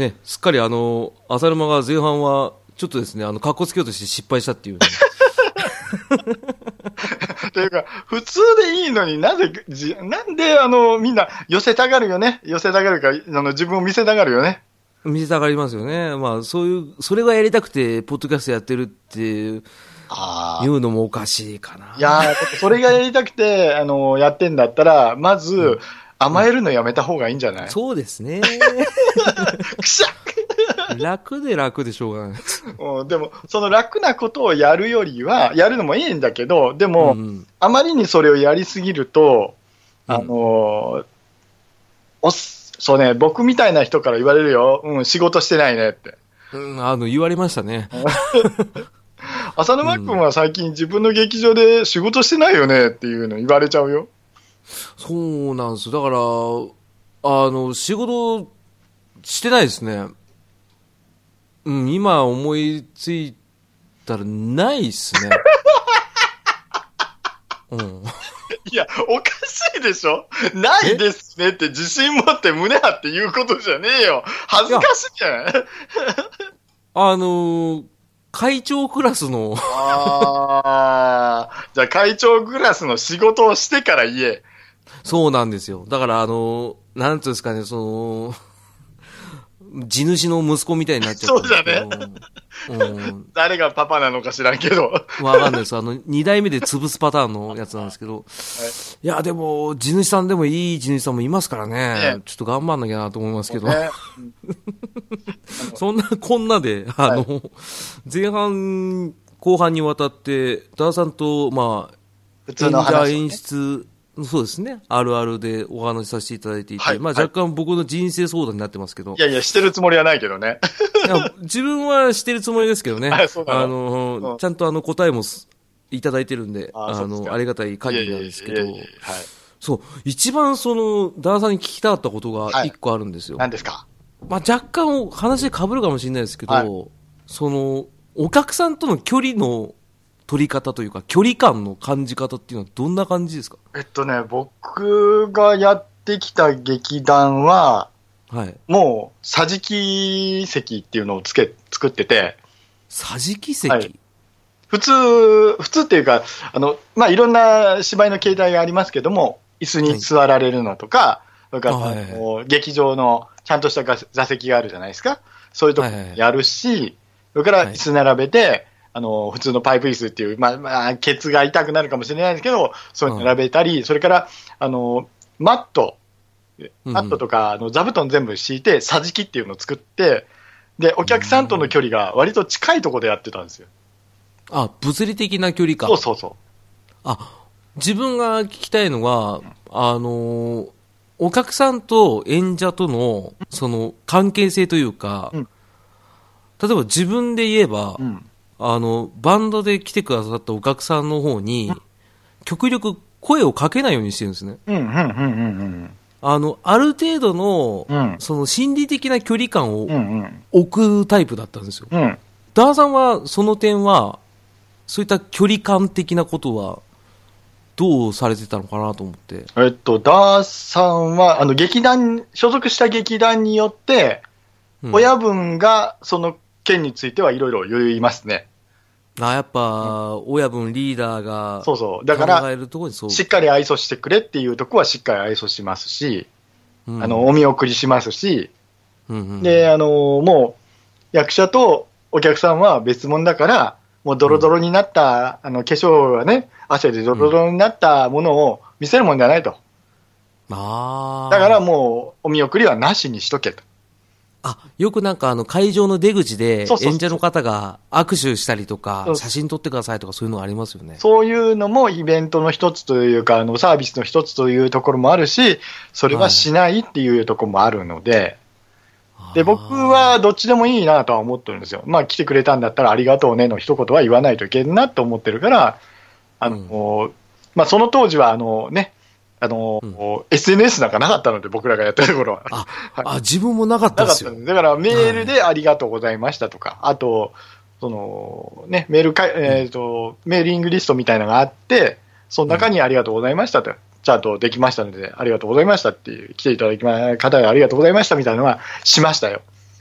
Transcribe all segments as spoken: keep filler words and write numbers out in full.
ね、すっかりあの浅沼が前半はちょっとですね、あの格好つけようとして失敗したっていう、ね、 というか普通でいいのになぜじなんであのみんな寄せたがるよね、寄せたがるかあの自分を見せたがるよね。 見せたがりますよね。まあそういうそれがやりたくてポッドキャストやってるっていういうのもおかしいかな。 いやそれがやりたくてあのやってんだったらまず、うん、甘えるのやめた方がいいんじゃない？ そうですね。 くしゃ楽で楽でしょうがない。 うん、でもその楽なことをやるよりはやるのもいいんだけど、でも、うん、あまりにそれをやりすぎると、あの、うん、おそうね、僕みたいな人から言われるよ、うん、仕事してないねって。 うん、あの言われましたね。 浅沼君は最近自分の劇場で仕事してないよねっていうの言われちゃうよ。 そうなんですよ。だからあの仕事してないですね。うん、今思いついたらないっすね。うん、 いや、おかしいでしょ？ないですねって自信持って胸張って言うことじゃねえよ。恥ずかしいじゃないあのー、会長クラスの。 ああ、じゃあ会長クラスの仕事をしてから言え。 そうなんですよ。だからあのー、なんていうんですかね、その、地主の息子みたいになっちゃった。 そうだね。うん、誰がパパなのか知らんけど。 わかんないです。あの、二代目で潰すパターンのやつなんですけど。はい、いや、でも、地主さんでもいい地主さんもいますからね。ね、ちょっと頑張んなきゃなと思いますけど。ね、そんな、こんなで、あの、はい、前半、後半にわたって、ダーさんと、まあ、 普通の話、ね、 演出、そうですね。あるあるでお話しさせていただいていて、はい、まあ若干僕の人生相談になってますけど。 いやいや、してるつもりはないけどね。 いや自分はしてるつもりですけどね。 あ、そうなの？ あの、うん、ちゃんとあの答えもいただいてるんで、あ, あの、ありがたい限りなんですけど、はい、そう、一番その、ダーさんに聞きたかったことが一個あるんですよ。 はい、何ですか？ まあ若干話被るかもしれないですけど、はい、その、お客さんとの距離の取り方というか距離感の感じ方っていうのはどんな感じですか？ えっとね、僕がやってきた劇団は、はい、もう桟敷席っていうのをつけ作ってて。 桟敷席、はい、 普通普通っていうかあの、まあ、いろんな芝居の形態がありますけども、椅子に座られるのとか、はい、それから、はい、劇場のちゃんとした座席があるじゃないですか、そういうとこやるし、はいはい、それから椅子並べて、はい、あの普通のパイプ椅子っていう、まあまあ、ケツが痛くなるかもしれないですけど、そういうの並べたり、うん、それからあのマット、マットとか、うん、あの座布団全部敷いて、桟敷っていうのを作って、でお客さんとの距離が割と近いところでやってたんですよ。 あ、物理的な距離感。 そうそうそう。 あ、自分が聞きたいのは、あのお客さんと演者とのその関係性というか、うん、例えば自分で言えば、うん、あのバンドで来てくださったお客さんの方に、うん、極力声をかけないようにしてるんですね。 うんうんうんうんうん。 あのある程度の、うん、その心理的な距離感を置くタイプだったんですよ。うん、ダーさんはその点はそういった距離感的なことはどうされてたのかなと思って。 えっとダーさんはあの劇団所属した劇団によって、うん、親分がその件についてはいろいろ言いますね。 あ、やっぱ、うん、親分リーダーがそうそうだからしっかり愛想してくれっていうとこはしっかり愛想しますし、うん、あのお見送りしますし、うんうん、であのもう役者とお客さんは別物だから、もうドロドロになった、うん、あの化粧がね汗でドロドロになったものを見せるもんじゃないと、うん、あだからもうお見送りはなしにしとけと。 あ、よくなんかあの会場の出口で演者の方が握手したりとか写真撮ってくださいとかそういうのありますよね。 そういうのもイベントの一つというか、あのサービスの一つというところもあるし、それはしないっていうところもあるので、はい、で僕はどっちでもいいなとは思ってるんですよ。まあ来てくれたんだったらありがとうねの一言は言わないといけんなと思ってるから、あの、うん、まあその当時はあのね、あの、うん、エスエヌエス なんかなかったので、僕らがやってる頃は。 あ、はい、あ自分もなかったですよ。なかった。 だからメールでありがとうございましたとか、はい、あと、その、ね、メールか、えっと、うん、メーリングリストみたいなのがあって、その中にありがとうございましたと、うん、ちゃんとできましたので、ありがとうございましたっていう、来ていただきま、方がありがとうございましたみたいなのはしましたよ。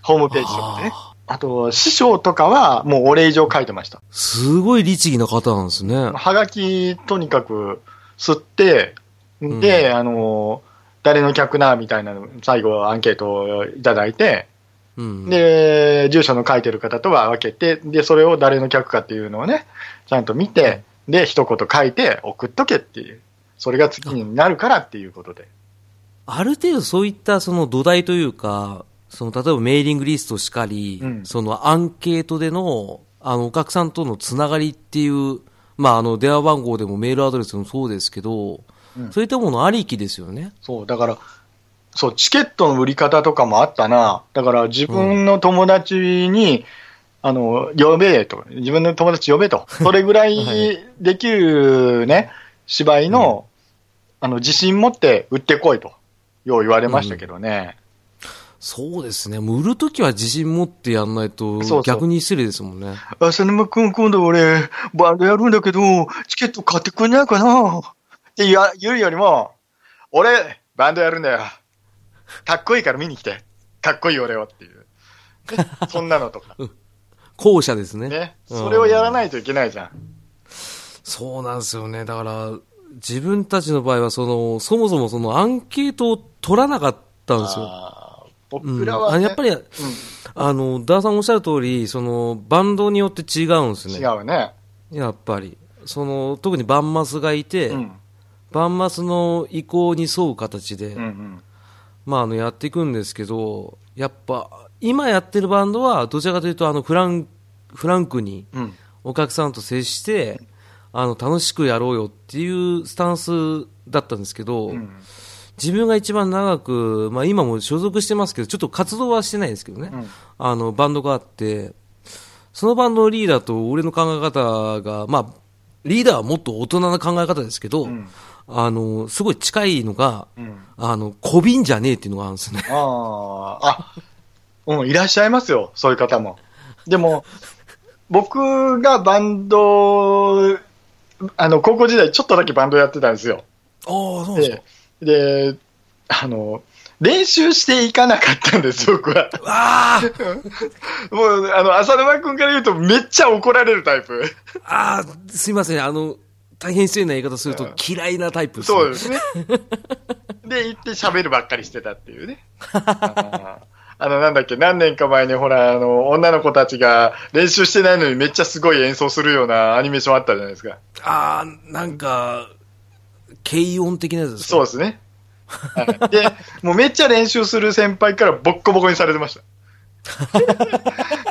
ホームページとかね。あと、師匠とかはもうお礼状書いてました。 すごい律儀な方なんですね。 はがき、とにかく吸って、で、うん、あの、誰の客な、みたいなの、最後アンケートをいただいて、うん、で、住所の書いてる方とは分けて、で、それを誰の客かっていうのをね、ちゃんと見て、で、一言書いて送っとけっていう。それが次になるからっていうことで。 ある程度そういったその土台というか、その例えばメーリングリストしかり、うん、そのアンケートでの、あの、お客さんとのつながりっていう、まあ、あの、電話番号でもメールアドレスでもそうですけど、うん、そういったものありきですよね。 そう、だから、そう、チケットの売り方とかもあったな。だから自分の友達に、うん、あの、呼べと。自分の友達呼べと。それぐらいできるね、はい、芝居の、うん、あの、自信持って売ってこいと。よう言われましたけどね。 うん、そうですね。もう売るときは自信持ってやんないと、逆に失礼ですもんね。 浅沼くん、今度俺、バンドやるんだけど、チケット買ってくんないかなって言うよりも、俺、バンドやるんだよ。かっこいいから見に来て。かっこいい俺をっていう。そんなのとか。 後者ですね。 ね。それをやらないといけないじゃん。 そうなんですよね。だから、自分たちの場合は、その、そもそもそのアンケートを取らなかったんですよ。 僕らは、ね、 うん、やっぱり、うん、あの、ダーさんおっしゃる通り、その、バンドによって違うんですね。 違うね。 やっぱり。その、特にバンマスがいて、うん、バンマスの意向に沿う形で、うんうん、まあ、あの、やっていくんですけど、やっぱ、今やってるバンドは、どちらかというと、あの、フラン、フランクに、お客さんと接して、うん、あの、楽しくやろうよっていうスタンスだったんですけど、うん、自分が一番長く、まあ今も所属してますけど、ちょっと活動はしてないんですけどね、うん、あの、バンドがあって、そのバンドのリーダーと俺の考え方が、まあ、リーダーはもっと大人な考え方ですけど、うん、あの、すごい近いのが、うん、あの、こびんじゃねえっていうのがあるんですね。 ああ、うん、いらっしゃいますよ、そういう方も。でも、僕がバンド、あの、高校時代ちょっとだけバンドやってたんですよ。 ああ、そうですか。 で、で、あの、練習していかなかったんです、僕は。 ああもう、あの、浅沼君から言うとめっちゃ怒られるタイプ。 ああ、すいません。あの、大変失礼な言い方すると嫌いなタイプですね。 そうですね。で、行って喋るばっかりしてたっていうね。ああの、なんだっけ、何年か前にほら、あの、女の子たちが練習してないのにめっちゃすごい演奏するようなアニメーションあったじゃないですか。 ああ、なんか、軽音的なやつですか？ そうですね。はい、で、もうめっちゃ練習する先輩からボッコボコにされてました。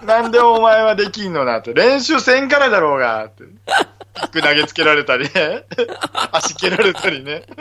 なんでお前はできんのなって。練習せんからだろうがって。服投げつけられたりね。足蹴られたりね。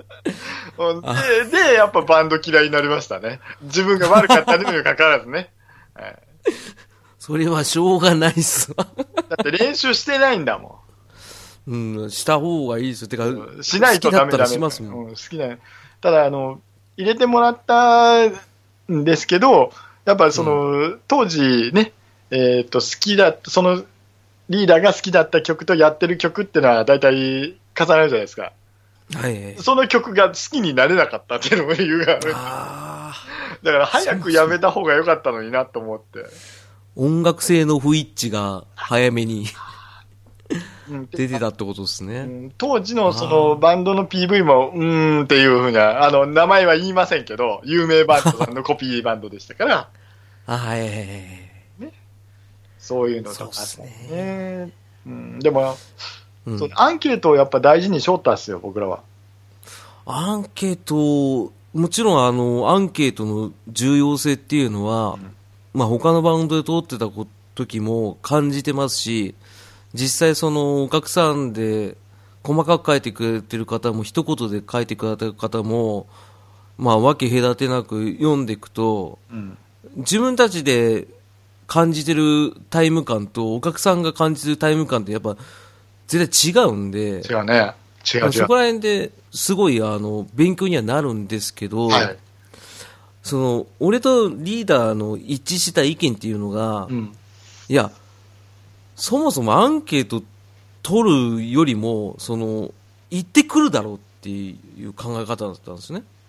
で、で、やっぱバンド嫌いになりましたね。自分が悪かったにもかかわらずね。はい、 それはしょうがないっすわ。 だって練習してないんだもん。うん、した方がいいですよ。てか、 しないとダメだしますもん。うん、好きな。ただ、あの、入れてもらったんですけど、やっぱその、うん、当時ね、えっと、好きだ、その、リーダーが好きだった曲とやってる曲っていうのは大体重なるじゃないですか。 はい、 その曲が好きになれなかったっていうのも理由がある。あだから早くやめた方が良かったのになと思って。 音楽性の不一致が早めに出てたってことですね。 うん、当時のそのバンドの ピーブイ もうーんっていうふうな、あの名前は言いませんけど、有名バンドさんのコピーバンドでしたから。 はい。 ね、そういうのとかですね。うん、でも、うん、そのアンケートをやっぱ大事にしよったっすよ、僕らは。 アンケート、もちろんあの、アンケートの重要性っていうのは、うん、まあ他のバンドで通ってた時も感じてますし、実際そのお客さんで細かく書いてくれてる方も一言で書いてくれてる方も、まあ分け隔てなく読んでいくと、うん、自分たちで感じてるタイム感とお客さんが感じてるタイム感ってやっぱ絶対違うんで、 違うね。違う違う。 そこら辺ですごいあの勉強にはなるんですけど、はい、その俺とリーダーの一致した意見っていうのが、うん、いやそもそもアンケート取るよりもその行ってくるだろうっていう考え方だったんですね。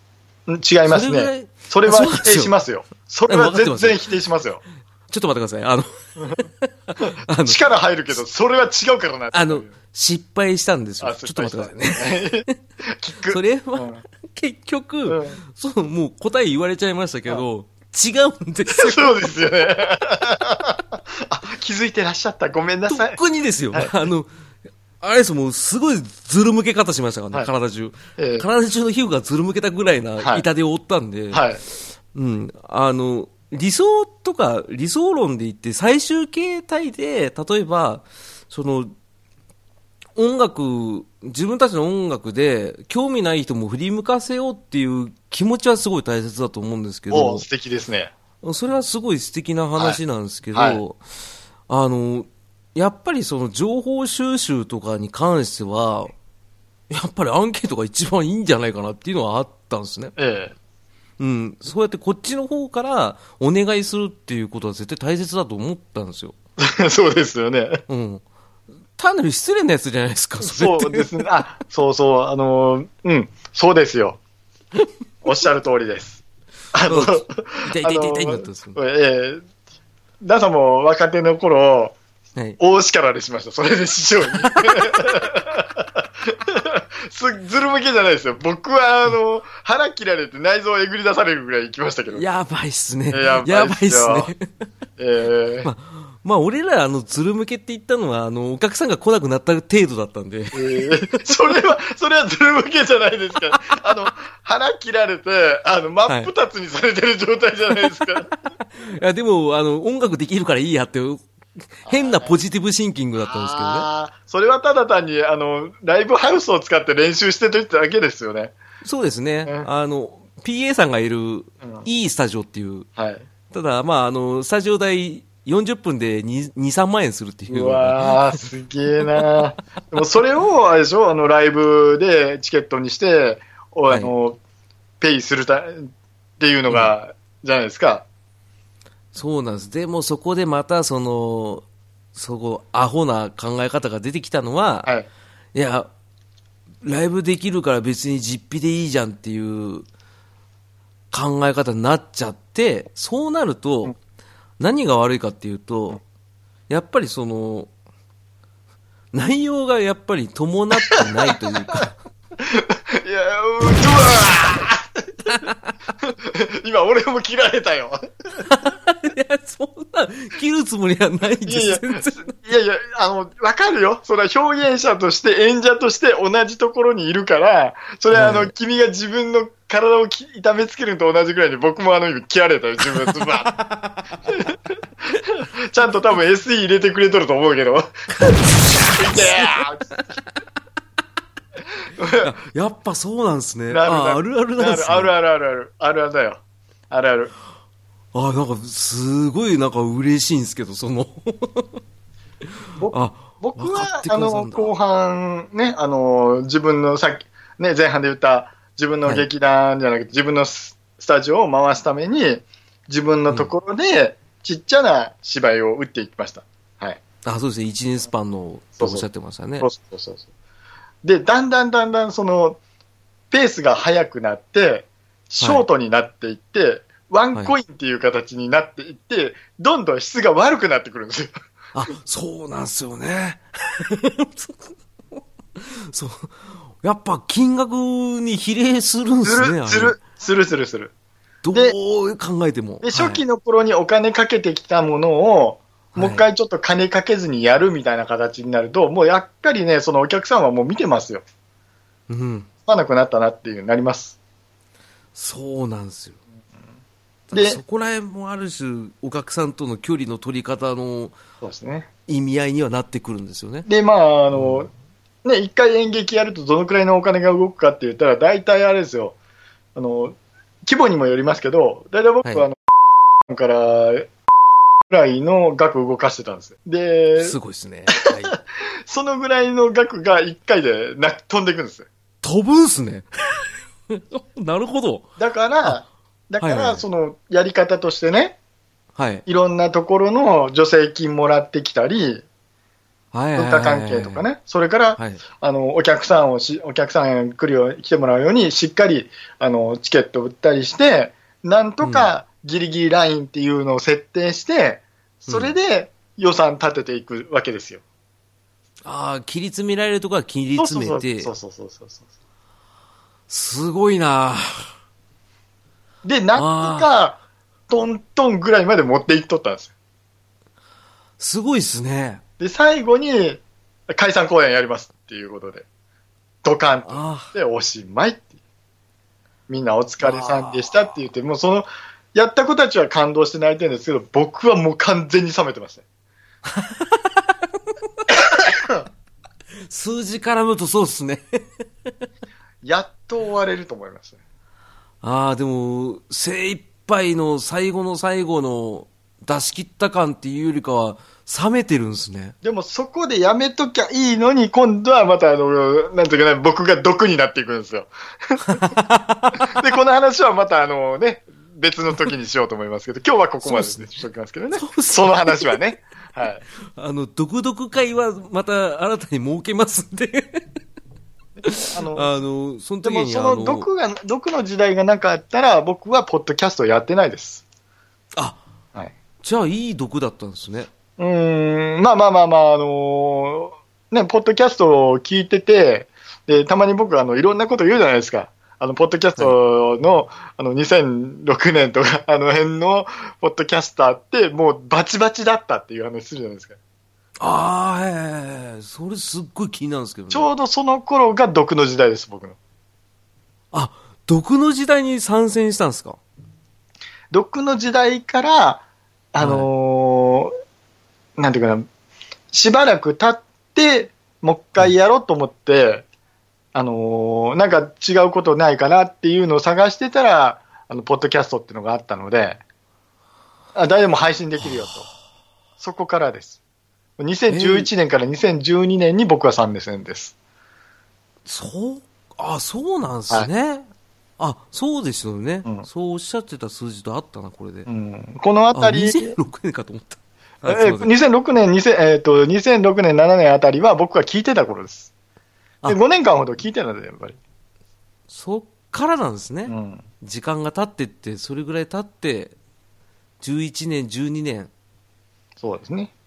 違いますね。それは否定しますよ。それは全然否定しますよ。 ちょっと待ってください。あのあの力入るけど、それは違うからな。 あの、失敗したんですよ。ちょっと待ってくださいね。それは、うん、結局、うん、そう、もう答え言われちゃいましたけど、うん、違うんですよ。 そうですよね。あ、気づいてらっしゃった。ごめんなさい。 特にですよ。はい、あの、あれです、もうすごいずるむけ方しましたからね、はい、体中、えー。体中の皮膚がずるむけたぐらいな痛手を負ったんで、はいはい、うん、あの、理想とか理想論で言って最終形態で、例えば、その、音楽、自分たちの音楽で興味ない人も振り向かせようっていう気持ちはすごい大切だと思うんですけど。 お、素敵ですね。 それはすごい素敵な話なんですけど、はいはい、あの、やっぱりその情報収集とかに関しては、やっぱりアンケートが一番いいんじゃないかなっていうのはあったんですね。ええ。うん。そうやってこっちの方からお願いするっていうことは絶対大切だと思ったんですよ。 そうですよね。 うん。単なる失礼なやつじゃないですか、 それって。そうですね。あ、そうそう、あの、うん、そうですよ。おっしゃる通りです。あの、痛い痛い痛い痛いになったんですよ。 ええ、ダサも若手の頃、はい、大叱りしました。それで師匠に。ずるむけじゃないですよ。僕は、あの、腹切られて内臓をえぐり出されるぐらい行きましたけど。 やばいっすね。やばいっすね。えー、まあ、まあ、俺ら、あの、ずるむけって言ったのは、あの、お客さんが来なくなった程度だったんで。えー、それは、それはずるむけじゃないですか。あの、腹切られて、あの、真っ二つにされてる状態じゃないですか。はい、いや、でも、あの、音楽できるからいいやって、変なポジティブシンキングだったんですけどね。あ、 それはただ単に、あの、ライブハウスを使って練習してといっただけですよね。 そうですね。うん、あの、ピーエー さんがいる、いいスタジオっていう。うん、はい。ただ、まあ、あの、スタジオ代よんじゅっぷんでに、に、さんまんえんするっていう。 うわー、すげえなでもそれを、あれでしょ、あの、ライブでチケットにして、あの、はい、ペイするたっていうのが、うん、じゃないですか。 そうなんです。でもそこでまたその、そこ、アホな考え方が出てきたのは、はい、いや、ライブできるから別に実費でいいじゃんっていう考え方になっちゃって、そうなると、うん、何が悪いかっていうと、うん、やっぱりその、内容がやっぱり伴ってないというか。いや、うわ今俺も切られたよ。 いや、そんな、切るつもりはないです。いやいや、 いやいや、あの、わかるよ。それは表現者として、演者として同じところにいるから、それはあの、はい、君が自分の体を痛めつけるのと同じぐらいに僕もあの、切られたよ、自分の。ちゃんと多分 エスイー 入れてくれとると思うけど。 やっぱそうなんですね。あ、あるあるなんですね。 あるあるあるある。あるあるだよ。あるある。 あ、なんかすごいなんか嬉しいんですけど、そのあ、僕はあの後半ね、あの自分のさっきね前半で言った自分の劇団じゃなくて、はい、自分のスタジオを回すために自分のところでちっちゃな芝居を打っていきました。はい。 あ、そうですね。いちねんスパンのとおっしゃってましたね。 そうそうそうそう。で、だんだんだんだんそのペースが速くなってショートになっていって、はい、ワンコインっていう形になっていって、はい、どんどん質が悪くなってくるんですよ。 あ、そうなんですよね。そう。やっぱ金額に比例するんですね。 する、する、する、する。 どう考えても。 で、初期の頃にお金かけてきたものを、はい、もう一回ちょっと金かけずにやるみたいな形になると、もうやっぱりね、そのお客さんはもう見てますよ。うん。つまなくなったなっていうなります。 そうなんですよ。でそこら辺もある種お客さんとの距離の取り方の意味合いにはなってくるんですよね。 でまああの、うん、ね一回演劇やるとどのくらいのお金が動くかって言ったら大体あれですよ、あの規模にもよりますけど、大体僕はあの、はい、からぐらいの額動かしてたんです。ですごいですね、はい、 そのぐらいの額がいっかいでな飛んでいくんですよ。 飛ぶんすね。なるほど。 だからだから、はいはい、そのやり方としてね、はい、いろんなところの助成金もらってきたり、 はいはいはいはい、 文化関係とかね、それから、はい、あのお客さんをし、お客さん来るよう来てもらうように、しっかりあのチケットを売ったりして、なんとかギリギリラインっていうのを設定して、うん、それで予算立てていくわけですよ。 ああ、切り詰められるところは切り詰めて。 そうそうそうそうそうそう。 すごいな。 で、なんか、トントンぐらいまで持っていっとったんですよ。 すごいっすね。 で、最後に、解散公演やりますっていうことで、ドカンとでおしまいっていう。みんなお疲れさんでしたって言って、もうその、やった子たちは感動して泣いてるんですけど、僕はもう完全に冷めてました。 数字絡むとそうっすね。 やっと終われると思いました。 ああ、でも、精一杯の最後の最後の出し切った感っていうよりかは、冷めてるんですね。 でもそこでやめときゃいいのに、今度はまたあの、なんていうかね、僕が毒になっていくんですよ。で、この話はまたあのね、別の時にしようと思いますけど、今日はここまでにしときますけどね。そ, その話はね。はい。 あの、毒々会はまた新たに設けますんで。あの、あの、その時にでもその毒が、毒の時代がなかったら、僕はポッドキャストをやってないです。 あ、はい。じゃあいい毒だったんですね。 うーん、まあまあまあまあ、あのー、ね、ポッドキャストを聞いてて、で、たまに僕、あの、いろんなこと言うじゃないですか。あの、ポッドキャストの、はい、あの、にせんろくねんとか、あの辺の、ポッドキャスターって、もうバチバチだったっていう話するじゃないですか。 ああ、ええ、それすっごい気になるんですけどね。 ちょうどその頃が毒の時代です、僕の。 あ、毒の時代に参戦したんですか？ 毒の時代から、あのーはい、なんていうかな、しばらく経って、もう一回やろうと思って、うん、あのー、なんか違うことないかなっていうのを探してたら、あの、ポッドキャストっていうのがあったので、あ、誰でも配信できるよと。そこからです。にせんじゅういちねんからにせんじゅうにねんに僕は参戦です。 そう、あ、そうなんですね。はい、あ、そうですよね、うん。そうおっしゃってた数字とあったな、これで。 うん、このあたり。 にせんろくねんかと思った。 えー、にせんろくねん、にせん、えーと、にせんろくねん、ななねんあたりは僕が聞いてた頃です。でごねんかんほど聞いてたんで、やっぱり。 そっからなんですね。 うん、 時間が経ってって、それぐらい経って、じゅういちねん、じゅうにねん。 そうですね。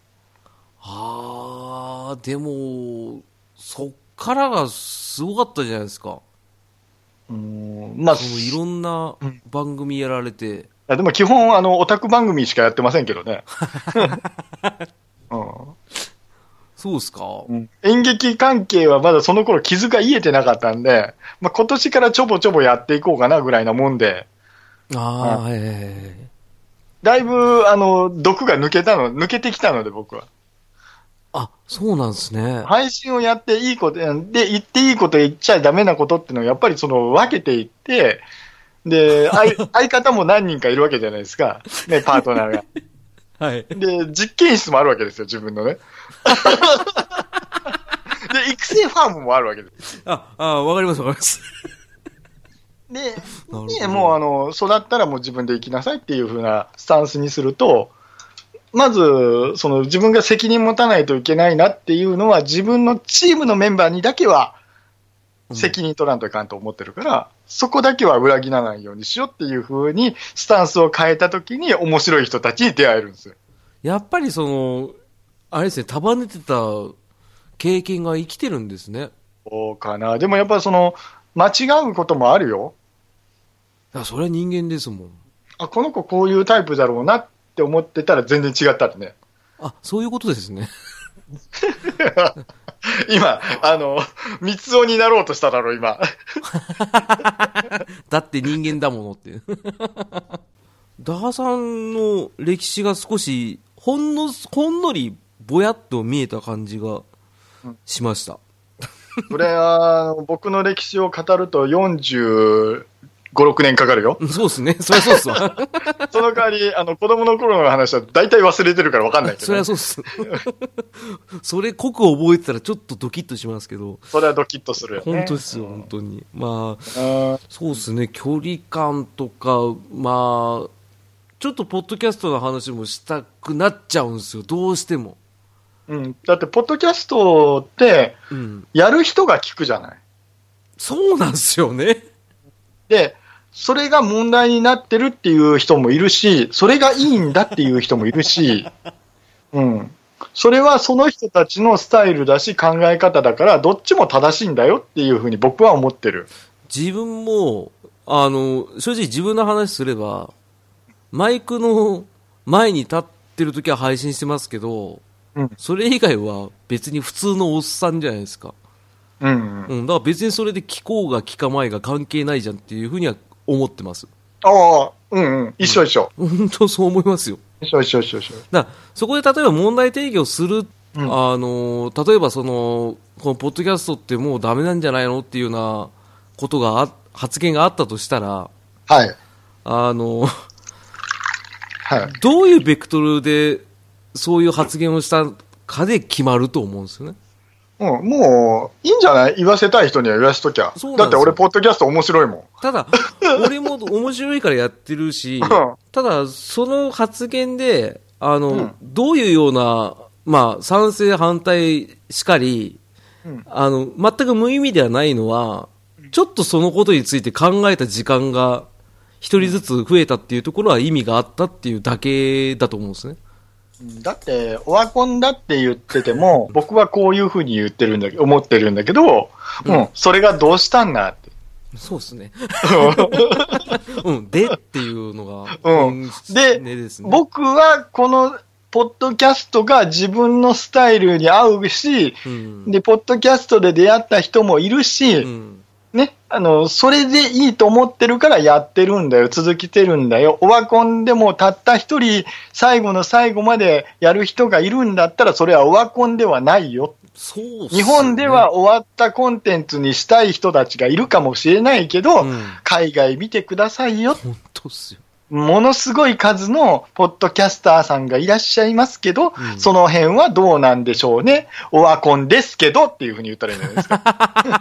あー、でも、そっからがすごかったじゃないですか。 うーん、まあ、 そのいろんな番組やられて。 いやでも基本、あの、オタク番組しかやってませんけどね。うん、 そうですか、 うん、演劇関係はまだその頃傷が癒えてなかったんで、まあ、今年からちょぼちょぼやっていこうかなぐらいなもんで。 ああ、ええ。 だいぶ、あの、毒が抜けたの、抜けてきたので僕は。 あ、そうなんですね。 配信をやっていいこと、で、言っていいこと言っちゃダメなことっていうのをやっぱりその分けていって、で、相, 相方も何人かいるわけじゃないですか。ね、パートナーが。 はい。 で、実験室もあるわけですよ、自分のね。で、育成ファームもあるわけです。 あ、あ、わかりますわかります。 で、でもうあの、育ったらもう自分で生きなさいっていう風なスタンスにすると、まず、その自分が責任持たないといけないなっていうのは、自分のチームのメンバーにだけは責任取らんといかんと思ってるから、うん、そこだけは裏切らないようにしようっていう風にスタンスを変えたときに面白い人たちに出会えるんですよ。 やっぱりその、あれですね、束ねてた経験が生きてるんですね。 そうかな。でもやっぱりその、間違うこともあるよ。 いや、それは人間ですもん。 あ、この子こういうタイプだろうなって思ってたら全然違ったってね。 あ、そういうことですね。 今、あの、三つ男になろうとしただろ、今。 だって人間だものって。ダーさんの歴史が少し、ほんの、ほんのりぼやっと見えた感じがしました。 これは、僕の歴史を語るとよんじゅうご、ろくねんかかるよ。 そうですね。そりゃそうっすわ。 その代わり、あの、子供の頃の話は大体忘れてるから分かんないけど、ね。 そりゃそうっす。それ濃く覚えてたらちょっとドキッとしますけど。 それはドキッとするよね。 本当ですよ、本当に。まあ、そうですね、距離感とか、まあ、ちょっとポッドキャストの話もしたくなっちゃうんですよ、どうしても。 うん。だって、ポッドキャストって、やる人が聞くじゃない、うん。 そうなんですよね。 で、それが問題になってるっていう人もいるし、それがいいんだっていう人もいるし、うん。それはその人たちのスタイルだし考え方だから、どっちも正しいんだよっていうふうに僕は思ってる。 自分も、あの、正直自分の話すれば、マイクの前に立ってるときは配信してますけど、うん、それ以外は別に普通のおっさんじゃないですか。うん、うん。だから別にそれで聞こうが聞かまいが関係ないじゃんっていうふうには思ってます。 ああ、うんうん。一緒一緒。 うん、本当そう思いますよ。 一緒一緒一緒一緒。 だからそこで例えば問題提起をする、うん、あの、例えばその、このポッドキャストってもうダメなんじゃないのっていうようなことがあ、発言があったとしたら、 はい。 あの、はい。どういうベクトルでそういう発言をしたかで決まると思うんですよね。 うん、もう、いいんじゃない？言わせたい人には言わしときゃ。だって俺、ポッドキャスト面白いもん。 ただ、俺も面白いからやってるし、ただ、その発言で、あの、うん、どういうような、まあ、賛成反対しかり、うん、あの、全く無意味ではないのは、ちょっとそのことについて考えた時間が、一人ずつ増えたっていうところは意味があったっていうだけだと思うんですね。 だって、オワコンだって言ってても、僕はこういうふうに言ってるんだけど、思ってるんだけど、うん、うん、それがどうしたんだって。 そうですね。うん、でっていうのが、 うん。で、ねですね、僕はこの、ポッドキャストが自分のスタイルに合うし、うん、で、ポッドキャストで出会った人もいるし、うん、ね、あの、それでいいと思ってるからやってるんだよ、続けてるんだよ。オワコンでもたった一人、最後の最後までやる人がいるんだったら、それはオワコンではないよ。 そうっすね。 日本では終わったコンテンツにしたい人たちがいるかもしれないけど、うん、海外見てくださいよ。 本当っすよ。 ものすごい数のポッドキャスターさんがいらっしゃいますけど、うん、その辺はどうなんでしょうね。オワコンですけどっていうふうに言ったらいいんじゃないですか。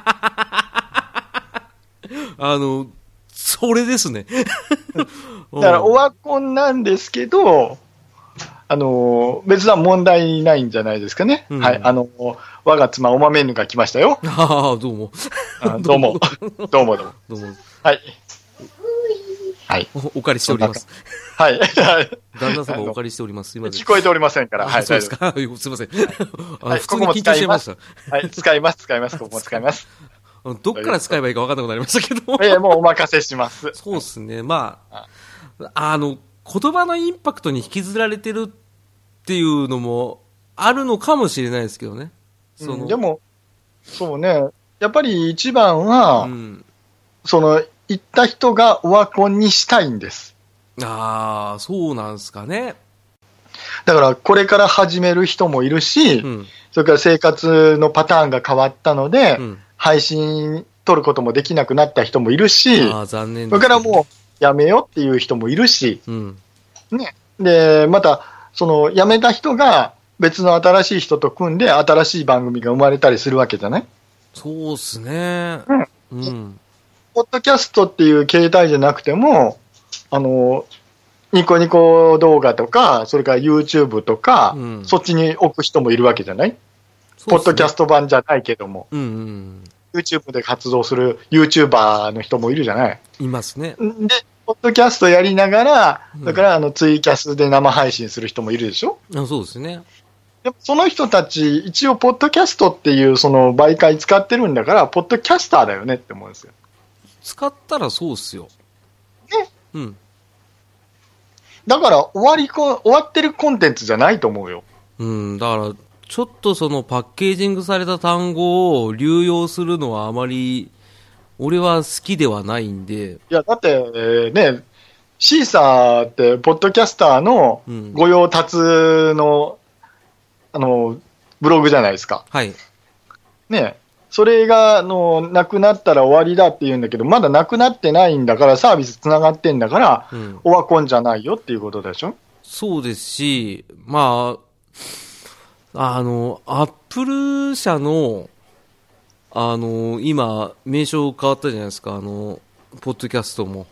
あの、それですね。 だから、オワコンなんですけど、あの、別な問題ないんじゃないですかね。うん、はい。あの、我が妻、おまめぬが来ましたよ。 ああ、どうも。 どうも。どうもどうも。 どうも。 はい。はい。 お, お借りしております。 はい。 旦那様お借りしております。 今聞こえておりませんから。 はい。そうですか。すいません。 はい、 普通に緊張してました。 はい。使います、使います。ここも使います。 どっから使えばいいか分かんなくなりましたけど。 ええ、もうお任せします。 そうですね。まあ、あの、言葉のインパクトに引きずられてるっていうのもあるのかもしれないですけどね。 その、うん、でも、そうね。やっぱり一番は、うん、その、行った人がオワコンにしたいんです。 ああ、そうなんですかね。 だから、これから始める人もいるし、うん、それから生活のパターンが変わったので、うん、配信撮ることもできなくなった人もいるし、 あ、残念ですね。 それからもうやめようっていう人もいるし、うん、ね。で、また、その辞めた人が別の新しい人と組んで新しい番組が生まれたりするわけじゃない？ そうっすね。 うん。うん。ポッドキャストっていう形態じゃなくても、あの、ニコニコ動画とか、それから YouTube とか、うん、そっちに置く人もいるわけじゃない？ポッドキャスト版じゃないけども、うんうん、YouTube で活動する YouTuber の人もいるじゃない？ いますね。 で、ポッドキャストやりながら、だからあのツイキャスで生配信する人もいるでしょ？ あ、そうですね。 でもその人たち、一応、ポッドキャストっていうその媒介使ってるんだから、ポッドキャスターだよねって思うんですよ。 使ったらそうっすよ。 ね。 うん。 だから、終わりこ、終わってるコンテンツじゃないと思うよ。 うん、だから、ちょっとそのパッケージングされた単語を流用するのはあまり俺は好きではないんで。 いや、だって、えー、ね、シーサーってポッドキャスターの御用達の、うん、あのブログじゃないですか。 はい。 ね、それがあのなくなったら終わりだって言うんだけど、まだなくなってないんだから、サービスつながってんだから、うん、オワコンじゃないよっていうことでしょ。 そうですし、まああの、アップル社の、あの、今、名称変わったじゃないですか、あの、ポッドキャストも。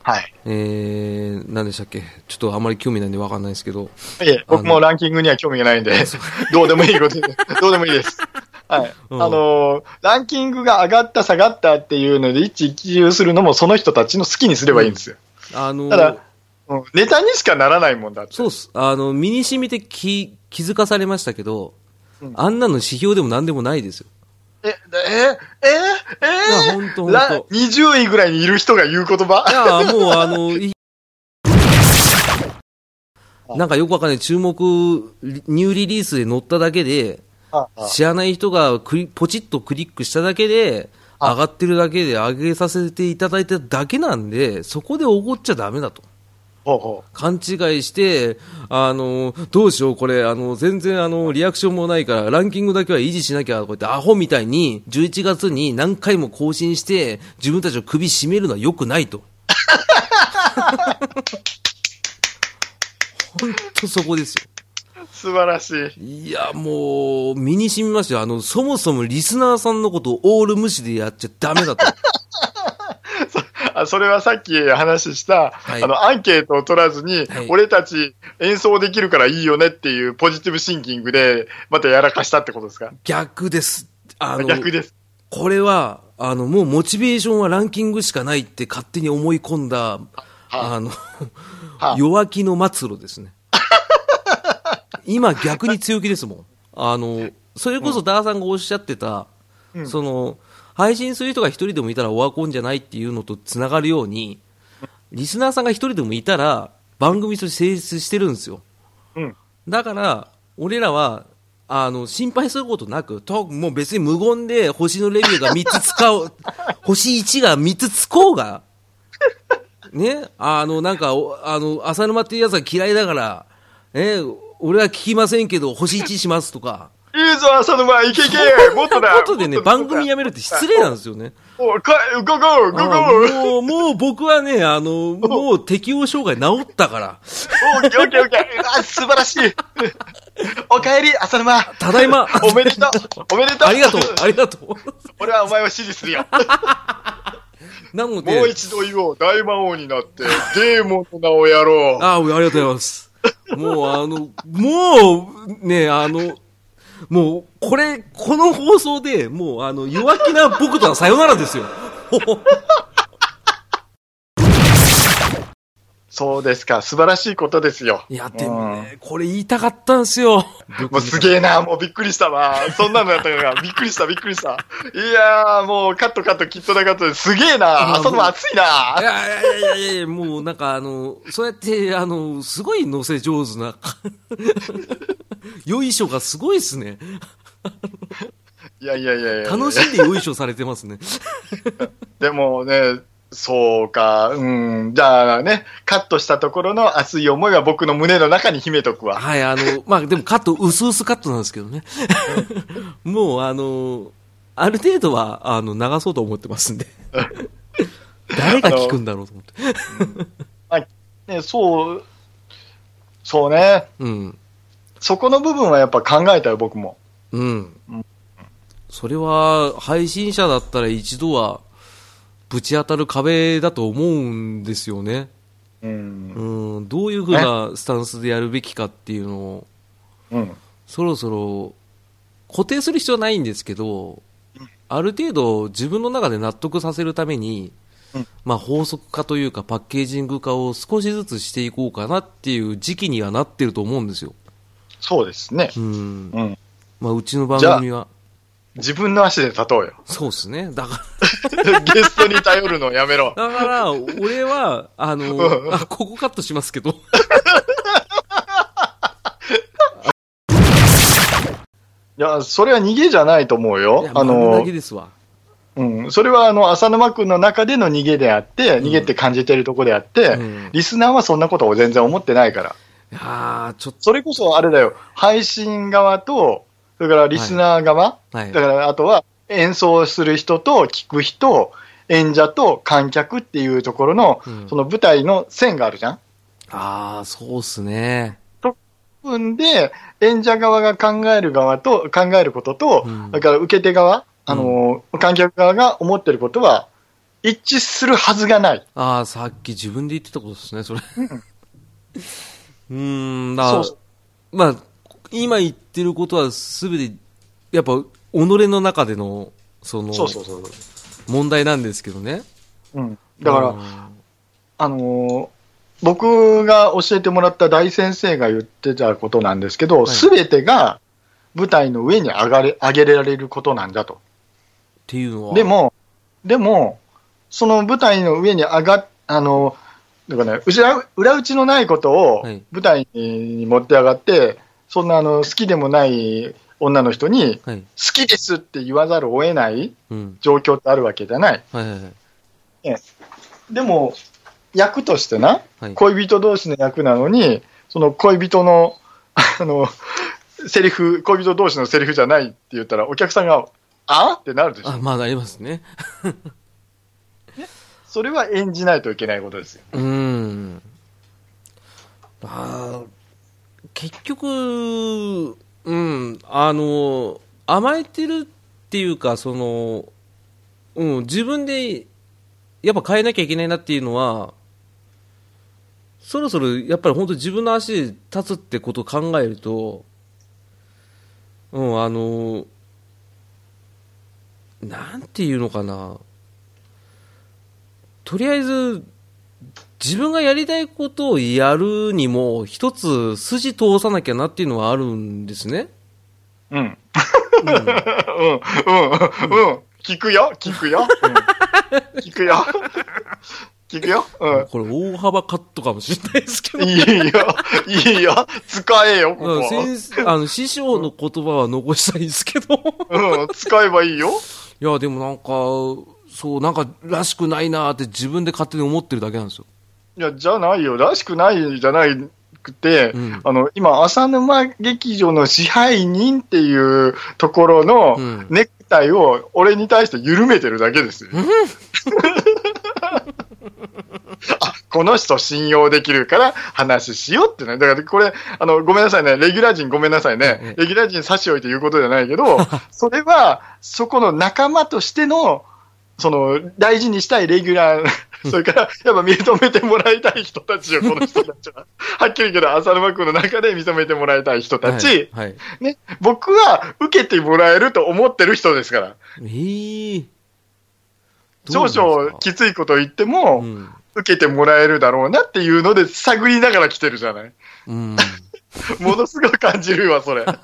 はい。 えー、何でしたっけ、ちょっとあんまり興味ないんでわかんないですけど。 いえ、僕もランキングには興味がないんで、どうでもいいこと、どうでもいいです。はい。うん、あのー、ランキングが上がった下がったっていうので一喜一憂するのもその人たちの好きにすればいいんですよ。うん、あのー、ただ、うん、ネタにしかならないもんだって。 そうっす。あの、身に染みて気、気づかされましたけど、うん、あんなの指標でも何でもないですよ。 え、え、え、え、 いや、ほんとほんと。 にじゅういぐらいにいる人が言う言葉？ いや、もうあの、なんかよくわかんない注目、ニューリリースで載っただけで、ああ知らない人がクリポチッとクリックしただけで、上がってるだけで上げさせていただいただけなんで、そこで怒っちゃダメだと。 ほうほう勘違いして、あの、どうしよう、これ、あの、全然、あの、リアクションもないから、ランキングだけは維持しなきゃ、こうやってアホみたいに、じゅういちがつに何回も更新して、自分たちの首絞めるのは良くないと。本当そこですよ。 素晴らしい。いや、もう、身に染みますよ。あの、そもそもリスナーさんのことをオール無視でやっちゃダメだと。 そ, それはさっき話した、はい、あのアンケートを取らずに、はい、俺たち演奏できるからいいよねっていうポジティブシンキングでまたやらかしたってことですか？ 逆です。あの逆です。 これはあのもうモチベーションはランキングしかないって勝手に思い込んだあの弱気の末路ですね。今逆に強気ですもん。あのそれこそダーさんがおっしゃってた、うん、その配信する人が一人でもいたらオワコンじゃないっていうのとつながるように、リスナーさんが一人でもいたら番組として成立してるんですよ。うん、だから俺らはあの心配することなく、ともう別に無言で星のレビューがみっつ使おう星いちがみっつつこうがね、あのなんかあの浅沼っていうやつが嫌いだから、ね、俺は聞きませんけど星いちしますとか。 いいぞ、浅沼、いけいけ、もっとだ。 もっとでね、番組やめるって失礼なんですよね。 おか、ゴゴー、ゴゴー。 もう、もう僕はね、あの、もう適応障害治ったから。 オッケーオッケーオッケー。あ、素晴らしい。おかえり、浅沼。 ただいま。 おめでとう。おめでとう。 ありがとう、ありがとう。 俺はお前を支持するよ。 なので。 もう一度言おう。大魔王になって、デーモンの名をやろう。 ああ、ありがとうございます。もう、あの、もう、ね、あの、もう、これ、この放送で、もう、あの、弱気な僕とはさよならですよ。 そうですか。素晴らしいことですよ。 いや、でもね、うん、これ言いたかったんですよ。 もうすげえな。もうびっくりしたわ。そんなのやったから、びっくりした、びっくりした。いやー、もうカットカット、きっとなかったです。すげえな。朝の暑いな。 いやいやいやいやいや、もうなんかあの、そうやって、あの、すごい乗せ上手な。よいしょがすごいですね。 いやいやいやいや。 楽しんでよいしょされてますね。 でもね、そうか、うん、じゃあね、カットしたところの熱い思いは僕の胸の中に秘めとくわ。 はい、あの、まあ、でもカット、薄々カットなんですけどね。もう、あの、ある程度は、あの、流そうと思ってますんで。誰が聞くんだろうと思って。 あね、そう、そうね。うん。そこの部分はやっぱ考えたよ、僕も。 うん。うん、それは、配信者だったら一度は、ぶち当たる壁だと思うんですよね。うん。うん。どういうふうなスタンスでやるべきかっていうのを、うん。そろそろ、固定する必要はないんですけど、うん、ある程度自分の中で納得させるために、うん、まあ法則化というかパッケージング化を少しずつしていこうかなっていう時期にはなってると思うんですよ。 そうですね。 うん。うん。まあうちの番組は。 自分の足で立とうよ。 そうですね。だから。 ゲストに頼るのやめろ。 だから、俺は、あの、あ、ここカットしますけど。いや、それは逃げじゃないと思うよ。 あの、逃げですわ。 うん。それは、あの、浅沼くんの中での逃げであって、逃げって感じてるとこであって、うん、リスナーはそんなことを全然思ってないから。 いやちょっと。 それこそあれだよ。配信側と、それからリスナー側、はいはい、だからあとは演奏する人と聞く人、演者と観客っていうところの、うん、その舞台の線があるじゃん。 ああ、そうっすね。 と、んで、演者側が考える側と、考えることと、うん、だから受け手側、あの、うん、観客側が思ってることは一致するはずがない。 ああ、さっき自分で言ってたことですね、それ。 うん、 うーん、だから、 そうまあ、今言ってることはすべて、やっぱ、己の中での、その、 そうそうそう。 問題なんですけどね。 うん。だから、 うん、 あのー、僕が教えてもらった大先生が言ってたことなんですけど、すべ、はい、てが舞台の上に上がれ、上げられることなんだと。 っていうのは。 でも、でも、その舞台の上に上がっ、あの、だからね、裏、裏打ちのないことを舞台に持って上がって、はい、そんなあの好きでもない女の人に、好きですって言わざるを得ない状況ってあるわけじゃない。 はいはいはいね、でも、役としてな、はい、恋人同士の役なのに、その恋人の、あの、セリフ、恋人同士のセリフじゃないって言ったら、お客さんが、あってなるでしょ。 あ、まあなりますね。 ね、それは演じないといけないことですよ。 うーん。あ、結局、うん、あの、甘えてるっていうか、その、うん、自分で、やっぱ変えなきゃいけないなっていうのは、そろそろやっぱり本当に自分の足で立つってことを考えると、うん、あの、なんていうのかな。とりあえず、自分がやりたいことをやるにも、一つ筋通さなきゃなっていうのはあるんですね。 うん。うん。うん。うん。うん。聞くよ。聞くよ。うん、聞くよ。聞くよ。うん。 これ大幅カットかもしれないですけど。 いいよ。いいよ。使えよ、ここ。 先生、あの、師匠の言葉は残したいですけど。 うん。使えばいいよ。 いや、でもなんか、そう、なんからしくないなーって自分で勝手に思ってるだけなんですよ。 いや、じゃないよ。らしくないじゃないくて、うん、あの、今、浅沼劇場の支配人っていうところのネクタイを俺に対して緩めてるだけですよ。うん、あ、この人信用できるから話しようってね。だからこれ、あの、ごめんなさいね。レギュラー陣ごめんなさいね。レギュラー陣差し置いて言うことじゃないけど、それは、そこの仲間としての、その、大事にしたいレギュラー、それから、やっぱ認めてもらいたい人たちよ、この人たちは。はっきり言うけど、浅沼君の中で認めてもらいたい人たち。はいはい、ね、僕は受けてもらえると思ってる人ですから。 えー、 少々きついこと言っても、うん、受けてもらえるだろうなっていうので、探りながら来てるじゃない。うん、ものすごい感じるわ、それ。うん、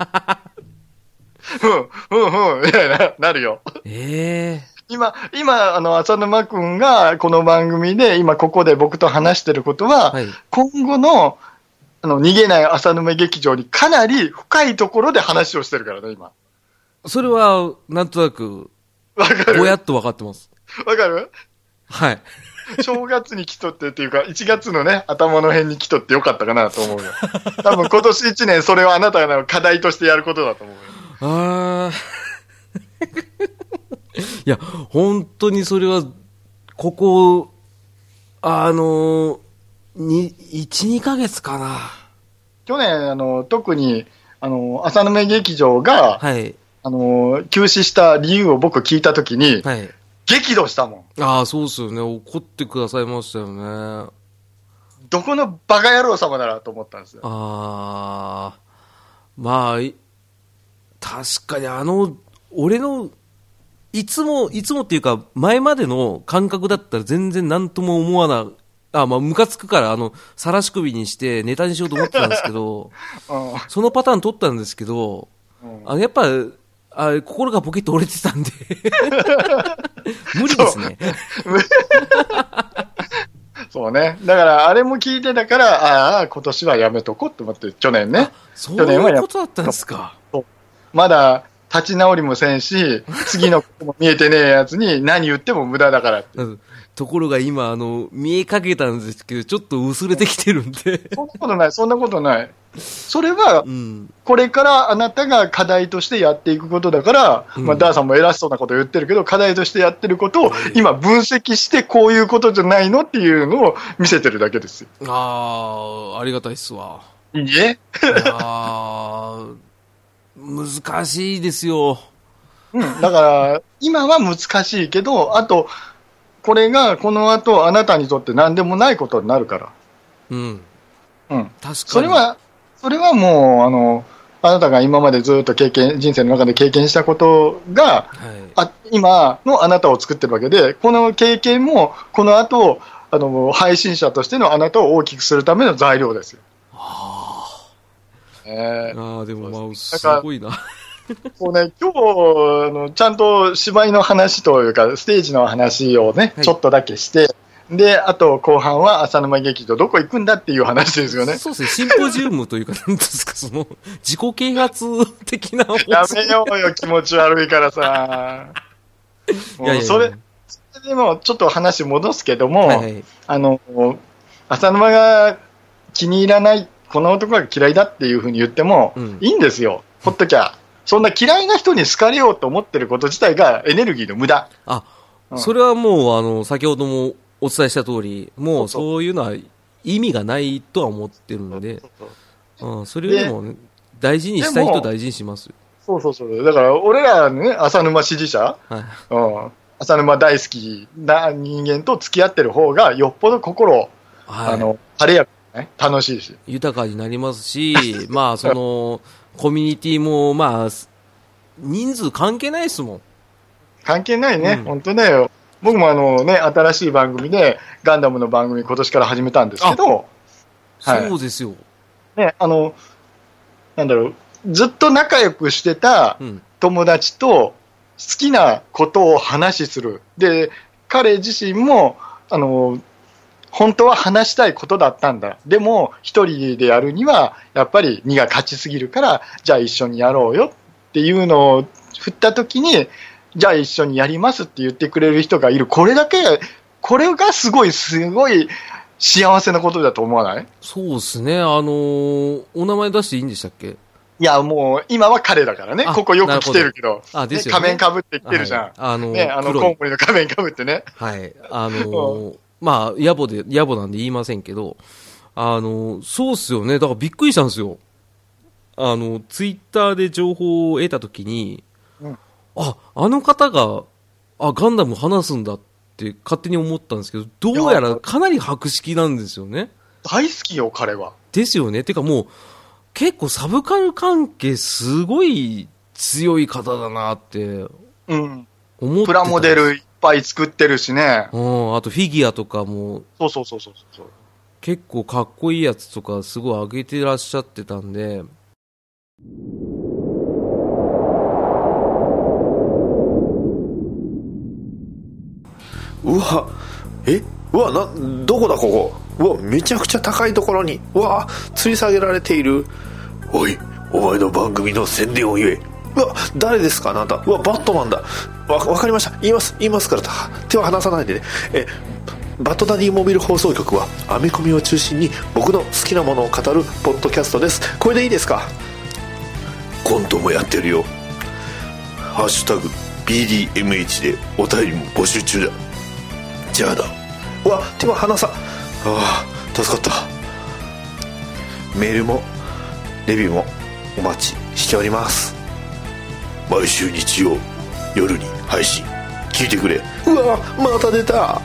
うん、うん、いやな、なるよ。 ええー。 今、今、あの、浅沼くんがこの番組で、今ここで僕と話してることは、はい、今後の、あの、逃げない浅沼劇場にかなり深いところで話をしてるからね、今。 それは、なんとなく、 わかる？ ぼやっと分かってます。 わかる？ はい。 正月に来とってっていうか、いちがつのね、頭の辺に来とってよかったかなと思うよ。多分今年いちねんそれはあなたが課題としてやることだと思うよ。 あー。いや、本当にそれは、ここ、あの、に、いち、にかげつかな。 去年、あの、特に、あの、浅沼劇場が、はい、あの、休止した理由を僕聞いたときに、はい、激怒したもん。ああ、そうっすよね。怒ってくださいましたよね。 どこのバカ野郎様だなと思ったんですよ。 ああ、まあ、確かにあの、俺の、いつも、いつもっていうか、前までの感覚だったら全然何とも思わな、あ、まあ、ムカつくから、あの、晒し首にしてネタにしようと思ってたんですけど、うん、そのパターン取ったんですけど、うん、あのやっぱ、あ、心がポキッと折れてたんで、無理ですね。 そうね。だから、あれも聞いてたから、ああ、今年はやめとこうと思って、去年ね。 そういうことだったんですか。 まだ、立ち直りもせんし、次のことも見えてねえやつに何言っても無駄だからって。 ところが今、あの、見えかけたんですけど、ちょっと薄れてきてるんで。 そんなことない、そんなことない。それは、これからあなたが課題としてやっていくことだから、うん、まあ、ダーさんも偉そうなこと言ってるけど、課題としてやってることを今分析してこういうことじゃないのっていうのを見せてるだけですよ。 ああ、ありがたいっすわ。 いいえ。 ああ。難しいですよ。 うん、だから、今は難しいけど、あと、 これがこの後あなたにとって何でもないことになるから。 うん。 うん。 確かに。 それは、それはもう、あの、あなたが今までずっと経験、人生の中で経験したことが、はい、あ今のあなたを作ってるわけで、この経験も、この後、あの、配信者としてのあなたを大きくするための材料ですよ。 はあ。えー、ああ、でもまあ、すごいな。 こうね、今日あの、ちゃんと芝居の話というか、ステージの話をね、はい、ちょっとだけして、で、あと後半は浅沼劇場どこ行くんだっていう話ですよね。 そうですね、シンポジウムというか、なんですか、その、自己啓発的な。 やめようよ、気持ち悪いからさ。いやいやいや、それ、それでもちょっと話戻すけども、はいはい、あの、浅沼が気に入らない、この男が嫌いだっていうふうに言っても、うん、いいんですよ、ほっときゃ。そんな嫌いな人に好かれようと思ってること自体がエネルギーの無駄。 あ、うん、それはもう、あの、先ほどもお伝えした通り、もうそういうのは意味がないとは思ってるので、うん、それよりも、ね、大事にしたい人大事にしますよ。 そうそうそう。だから俺らね、浅沼支持者、はい、うん、浅沼大好きな人間と付き合ってる方がよっぽど心、はい、あの、晴れやかにね、楽しいし。 豊かになりますし、まあその、コミュニティも、まあ、人数関係ないですもん。 関係ないね、うん、本当ね。僕もあのね、新しい番組で、ガンダムの番組今年から始めたんですけど、 はい、そうですよ。 ね、あの、なんだろう、ずっと仲良くしてた友達と好きなことを話しする。で、彼自身も、あの、本当は話したいことだったんだ。でも、一人でやるには、やっぱり荷が勝ちすぎるから、じゃあ一緒にやろうよっていうのを振ったときに、じゃあ一緒にやりますって言ってくれる人がいる。これだけ、これがすごい、すごい幸せなことだと思わない？ そうですね。あのー、お名前出していいんでしたっけ？ いや、もう、今は彼だからね。ここよく来てるけど。 あ、ですよね。仮面かぶって来てるじゃん。はい、 あのー、 ね、あの、コウモリの仮面かぶってね。 はい。あのー、まあ、野暮で、野暮なんで言いませんけど、あの、そうっすよね。だからびっくりしたんですよ。あの、ツイッターで情報を得たときに、うん、あ、あの方が、あ、ガンダム話すんだって勝手に思ったんですけど、どうやらかなり博識なんですよね。 大好きよ、彼は。 ですよね。てかもう、結構サブカル関係すごい強い方だなって、 うん。思ってた。プラモデルいっぱい作ってるしね。 うん、あとフィギュアとかも。 そうそうそうそうそう。 結構かっこいいやつとかすごい上げてらっしゃってたんで。 うわ、え、うわ、な、どこだここ。うわ、めちゃくちゃ高いところに、うわ、吊り下げられている。おい、お前の番組の宣伝を言え。うわ、誰ですかあなた。うわ、バットマンだ。わ、わかりました。言います、言いますから手は離さないでね。え、バッドダディモビル放送局はアメコミを中心に僕の好きなものを語るポッドキャストです。これでいいですか？コントもやってるよ。ハッシュタグ ビーディーエムエイチ でお便りも募集中だ。じゃあだ。うわ、手は離さ。ああ、助かった。メールもレビューもお待ちしております。毎週日曜夜に配信聞いてくれ。うわ、また出た。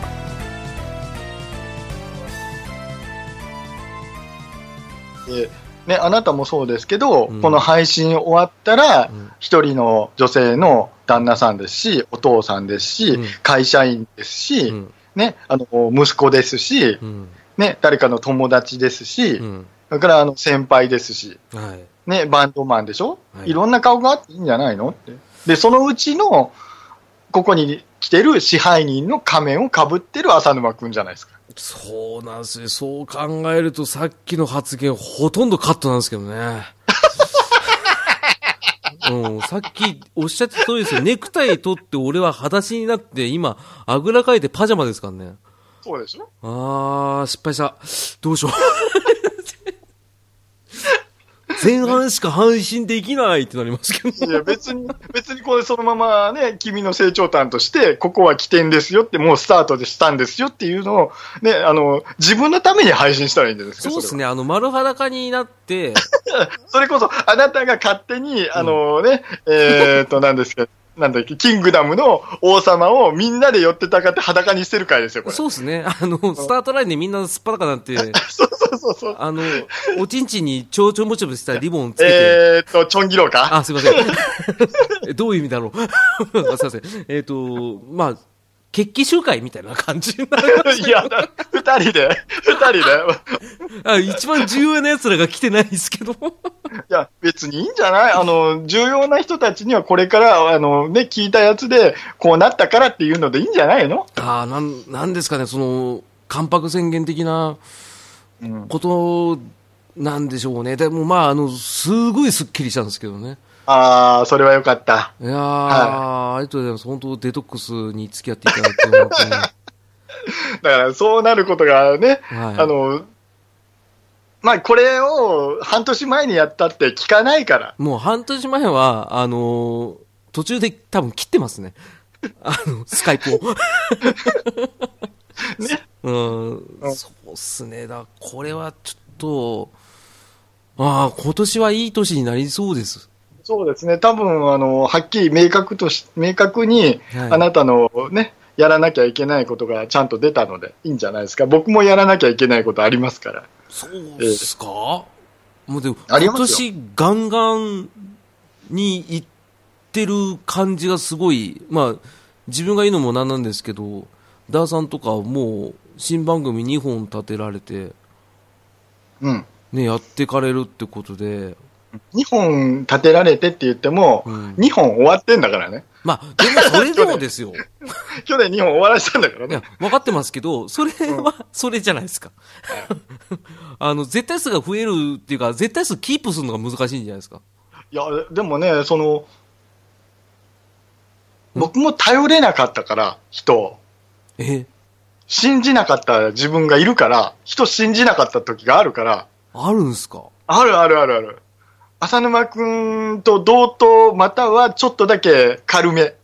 でね、あなたもそうですけど、うん、この配信終わったら一、うん、人の女性の旦那さんですし、お父さんですし、うん、会社員ですし、うんね、あの息子ですし、うんね、誰かの友達ですし、うん、それからあの先輩ですし、はいね、バンドマンでしょ、はい、いろんな顔があっていいんじゃないのって。で、そのうちのここに来てる支配人の仮面をかぶってる浅沼くんじゃないですか。 そうなんですね。そう考えるとさっきの発言ほとんどカットなんですけどね。うん、さっきおっしゃってた通りですよ。ネクタイ取って俺は裸足になって今あぐらかいてパジャマですからね。 そうでしょ。 あー、失敗した。どうしよう。前半しか配信できないってなりますけど。 いや別に、別にこれそのままね、君の成長端として、ここは起点ですよって、もうスタートでしたんですよっていうのを、ね、あの、自分のために配信したらいいんじゃないですか。 そうですね、あの、丸裸になって、 それこそ、あなたが勝手に、あのね、うん、えーと、なんですか、 なんだっけ、キングダムの王様をみんなで寄ってたかって裸にしてる回ですよ、これ。 そうですね。あの、スタートラインでみんなすっぱだかなんて、 そうそうそうそう。 あの、おちんちんにちょうちょもちょもしたリボンつけて。 えーっと、チョンギロウか。 あ、すいません。えどういう意味だろう。すいません。えーっと、まあ、決起集会みたいな感じになりました。 いや、二人で、二人で。 あ、一番重要な奴らが来てないですけど。いや、別にいいんじゃない？あの、重要な人たちにはこれから、あの、ね、聞いたやつで、こうなったからっていうのでいいんじゃないの？ ああ、なん、なんですかね、その、関白宣言的なことなんでしょうね。うん、でもまあ、あの、すごいスッキリしたんですけどね。 ああ、それはよかった。 いやー、 はい、 ありがとうございます。本当デトックスに付き合っていただいて、本当に。だから、そうなることがね、はい、あの、まあ、これを半年前にやったって聞かないから。 もう半年前は、あのー、途中で多分切ってますね。あの、スカイプを。ね。うん、うん、そうっすね。だこれはちょっと、ああ、今年はいい年になりそうです。 そうですね。多分、あの、はっきり明確とし、明確に、あなたのね、やらなきゃいけないことがちゃんと出たので、いいんじゃないですか。僕もやらなきゃいけないことありますから。 そうですか、えー、もうでも、今年ガンガンに行ってる感じがすごい、まあ、自分が言うのもなんなんですけど、ダーさんとかもう、新番組にほん立てられて、 うん。 ね、やってかれるってことで、 にほん立てられてって言っても、うん、にほん終わってんだからね。 まあ、でもそれでもですよ。 去年にほん終わらせたんだからね。 いや、分かってますけど、それは、それじゃないですか。あの、絶対数が増えるっていうか、絶対数キープするのが難しいんじゃないですか。 いや、でもね、その、僕も頼れなかったから、人を。 え信じなかった自分がいるから、人信じなかった時があるから。 あるんすか？ あるあるあるある。浅沼くんと同等、またはちょっとだけ軽め。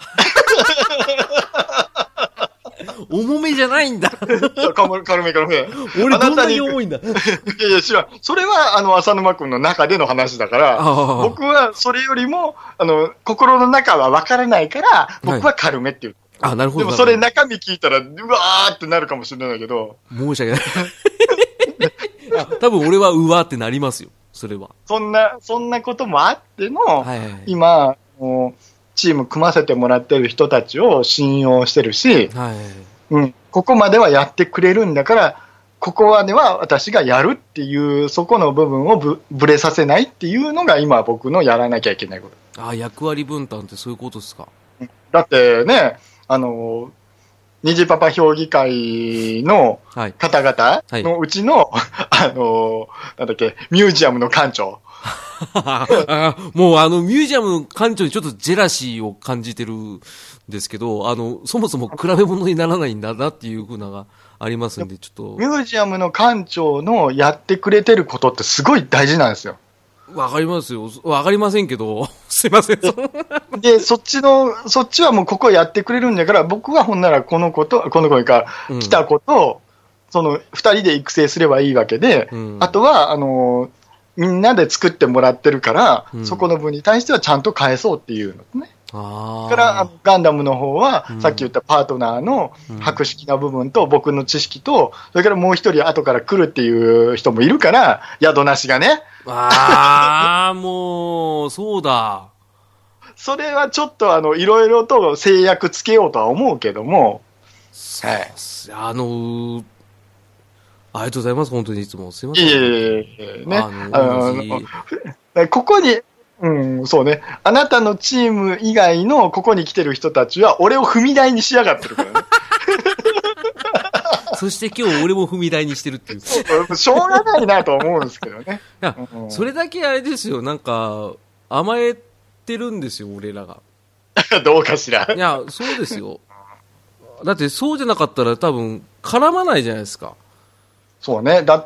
重めじゃないんだ。 軽め軽め。 俺どんなに重いんだ。 いやいや、知らん。それは、あの、浅沼くんの中での話だから、僕はそれよりも、あの、心の中は分からないから、僕は軽めって言う。 はい、あ、なるほど。 でもそれ中身聞いたら、うわーってなるかもしれないけど。 申し訳ない。あ、多分俺はうわーってなりますよ。それは。 そんな、そんなこともあっての、はいはい、今、もう、チーム組ませてもらってる人たちを信用してるし、はい、うん、ここまではやってくれるんだから、ここまでは私がやるっていう、そこの部分をぶぶれさせないっていうのが今僕のやらなきゃいけないこと。 ああ、役割分担ってそういうことですか。 だってね、あの、虹パパ評議会の方々のうちの、はいはい、あの、なんだっけ、ミュージアムの館長。 もうあのミュージアムの館長にちょっとジェラシーを感じてるんですけど、あの、そもそも比べ物にならないんだなっていう風ながありますんで、ちょっと。 ミュージアムの館長のやってくれてることってすごい大事なんですよ。 わかりますよ。わかりませんけど、すいません。 で、そっちの、そっちはもうここやってくれるんだから、僕はほんならこの子と、この子が来た子と、うん、その二人で育成すればいいわけで、うん、あとは、あの、みんなで作ってもらってるから、うん、そこの分に対してはちゃんと返そうっていうのね。 あから、あのガンダムの方は、うん、さっき言ったパートナーの博識な部分と、僕の知識と、それからもう一人後から来るっていう人もいるから、宿なしがね。 ああ、もう、そうだ。 それはちょっと、あの、いろいろと制約つけようとは思うけども、 はい。あのー、ありがとうございます、本当にいつも。すいません。 いえいえいえ、ね。あのー、ここに、うん、そうね。あなたのチーム以外のここに来てる人たちは、俺を踏み台にしやがってるからね。 そして今日俺も踏み台にしてるっていう。 しょうがないなと思うんですけどね。 いや、うん、それだけあれですよ、なんか、甘えてるんですよ、俺らが。 どうかしら。 いや、そうですよ。だってそうじゃなかったら多分、絡まないじゃないですか。 そうね。だって、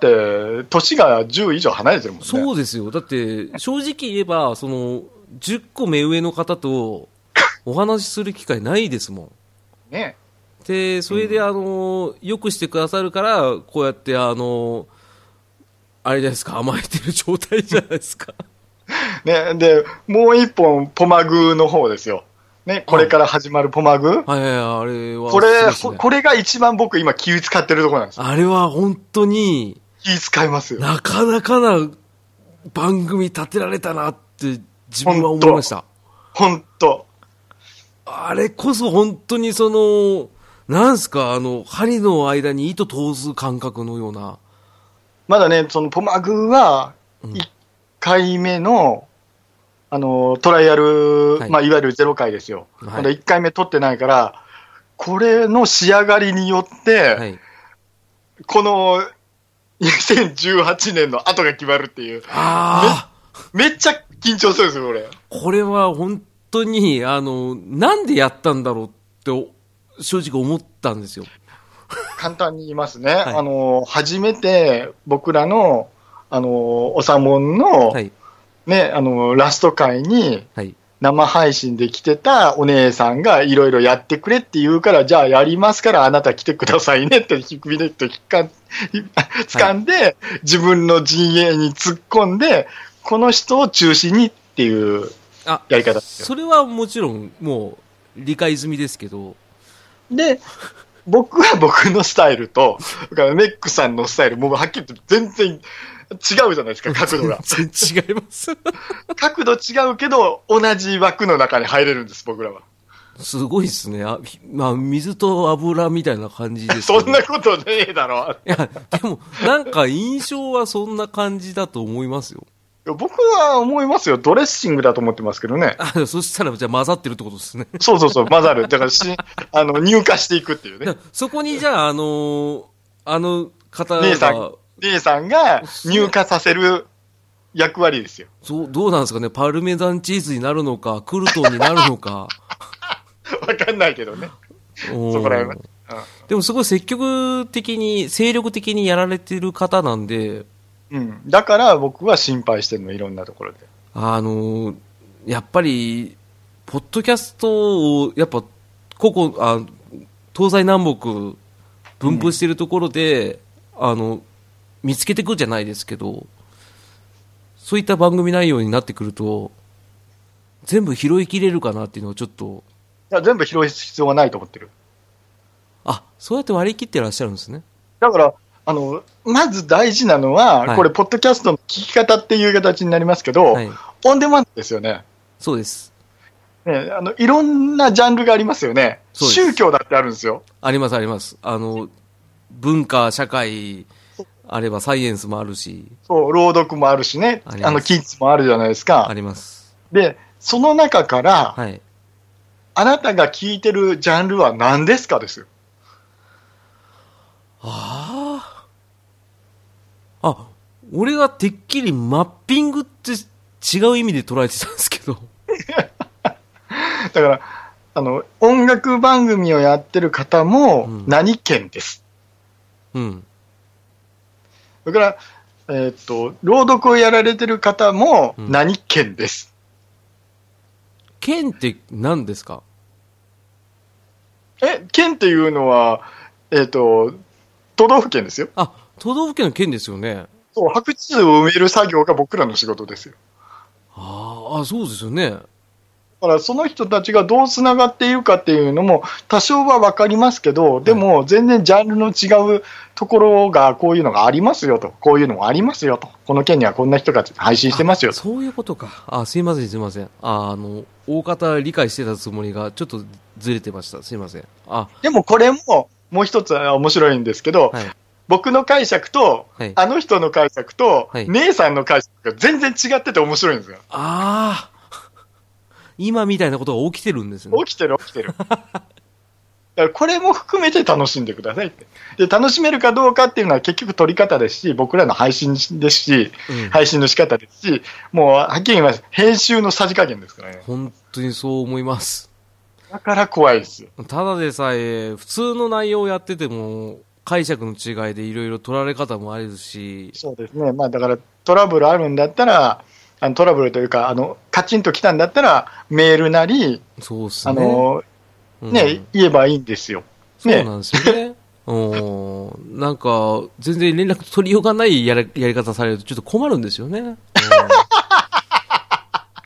年がじゅう以上離れてるもんね。 そうですよ。だって、正直言えば、その、じゅっこ目上の方とお話しする機会ないですもん。 ね。 で、それで、あの、よくしてくださるから、こうやって、あの、あれじゃないですか、甘えてる状態じゃないですか。 ね、で、もう一本、ポマグの方ですよ。 ね、これから始まるポマグ。 はいはいはい、あれは、 これ、ね、これが一番僕今気使ってるところなんですよ。 あれは本当に、 気使いますよ。 なかなかな番組立てられたなって自分は思いました。 本当。 あれこそ本当にその、なんすか、あの、針の間に糸通す感覚のような。 まだね、そのポマグは、いっかいめの、うん、あの、トライアル、はい、まあ、いわゆるゼロ回ですよ。はい、まだいっかいめ取ってないから、これの仕上がりによって、はい、この、にせんじゅうはちねんの後が決まるっていう。 あめ、めっちゃ緊張するんですよ、これ。 これは本当に、あの、なんでやったんだろうって、正直思ったんですよ。 簡単に言いますね。はい、あの、初めて僕らの、あの、おさもんの、はい、ね、あの、ラスト回に、生配信で来てたお姉さんがいろいろやってくれって言うから、じゃあやりますからあなた来てくださいねってヒクビネット掴んで、はい、自分の陣営に突っ込んで、この人を中心にっていうやり方ですよ。 それはもちろんもう理解済みですけど。 で、僕は僕のスタイルと、メックさんのスタイル、もうはっきり言って全然違うじゃないですか、角度が。 全然違います。 角度違うけど、同じ枠の中に入れるんです、僕らは。 すごいですね。あ、まあ、水と油みたいな感じです、 ね。そんなことねえだろ。 いや、でも、なんか印象はそんな感じだと思いますよ。 僕は思いますよ。ドレッシングだと思ってますけどね。 あ、そしたらじゃあ混ざってるってことですね。 そうそうそう、混ざる。だからし、あの、乳化していくっていうね。 そこにじゃあ、あの、あの方が。 姉さん、姉さんが乳化させる役割ですよ。 そう、どうなんですかね。パルメザンチーズになるのか、クルトンになるのか。 わかんないけどね。そこら辺は。うん、 でもすごい積極的に、精力的にやられてる方なんで、 うん、だから僕は心配してるの、いろんなところで。 あの、やっぱり、ポッドキャストを、やっぱ、ここ、あ東西南北分布してるところで、うん、あの、見つけてくるじゃないですけど、そういった番組内容になってくると、全部拾いきれるかなっていうのをちょっと。 いや、全部拾う必要はないと思ってる。 あ、そうやって割り切ってらっしゃるんですね。 だから、あの、まず大事なのは、はい、これ、ポッドキャストの聞き方っていう形になりますけど、はい、オンデマンドですよね。 そうです。 ね、あの、いろんなジャンルがありますよね。宗教だってあるんですよ。 あります、あります。あの、文化、社会、あればサイエンスもあるし。 そう、朗読もあるしね。あ, あの、キッズもあるじゃないですか。 あります。 で、その中から、 はい、 あなたが聞いてるジャンルは何ですかですよ。 ああ。あ、俺がてっきりマッピングって違う意味で捉えてたんですけど。 だから、あの、音楽番組をやってる方も何県です。 うん。うん、 それから、えーっと、朗読をやられてる方も何県です。 うん、県って何ですか？ え、県っていうのは、えーっと、都道府県ですよ。 あ、都道府県の県ですよね。 そう、白地図を埋める作業が僕らの仕事ですよ。 ああ、そうですよね。 だからその人たちがどうつながっているかっていうのも多少は分かりますけど、でも全然ジャンルの違うところがこういうのがありますよと、こういうのもありますよと、この県にはこんな人が配信してますよと。 そういうことか。あ、すいませんすいません。あ、あの大方理解してたつもりがちょっとずれてました。すいません。あ、 でもこれももう一つ面白いんですけど、はい、僕の解釈と、はい、あの人の解釈と、はい、姉さんの解釈が全然違ってて面白いんですよ。 ああ。今みたいなことが起きてるんですね。 起きてる起きてる。だからこれも含めて楽しんでくださいって。で、楽しめるかどうかっていうのは結局取り方ですし、僕らの配信ですし、うん、配信の仕方ですし、もうはっきり言います。編集のさじ加減ですからね。 本当にそう思います。 だから怖いですよ。 ただでさえ、普通の内容をやってても、解釈の違いでいろいろ取られ方もあるし。 そうですね。まあだからトラブルあるんだったら、あのトラブルというか、あのカチンときたんだったらメールなり、 そうっすね、 あのね、うん、言えばいいんですよ。 ね、そうなんですよね。おなんか全然連絡取りようがないやり、やり方されるとちょっと困るんですよね。 し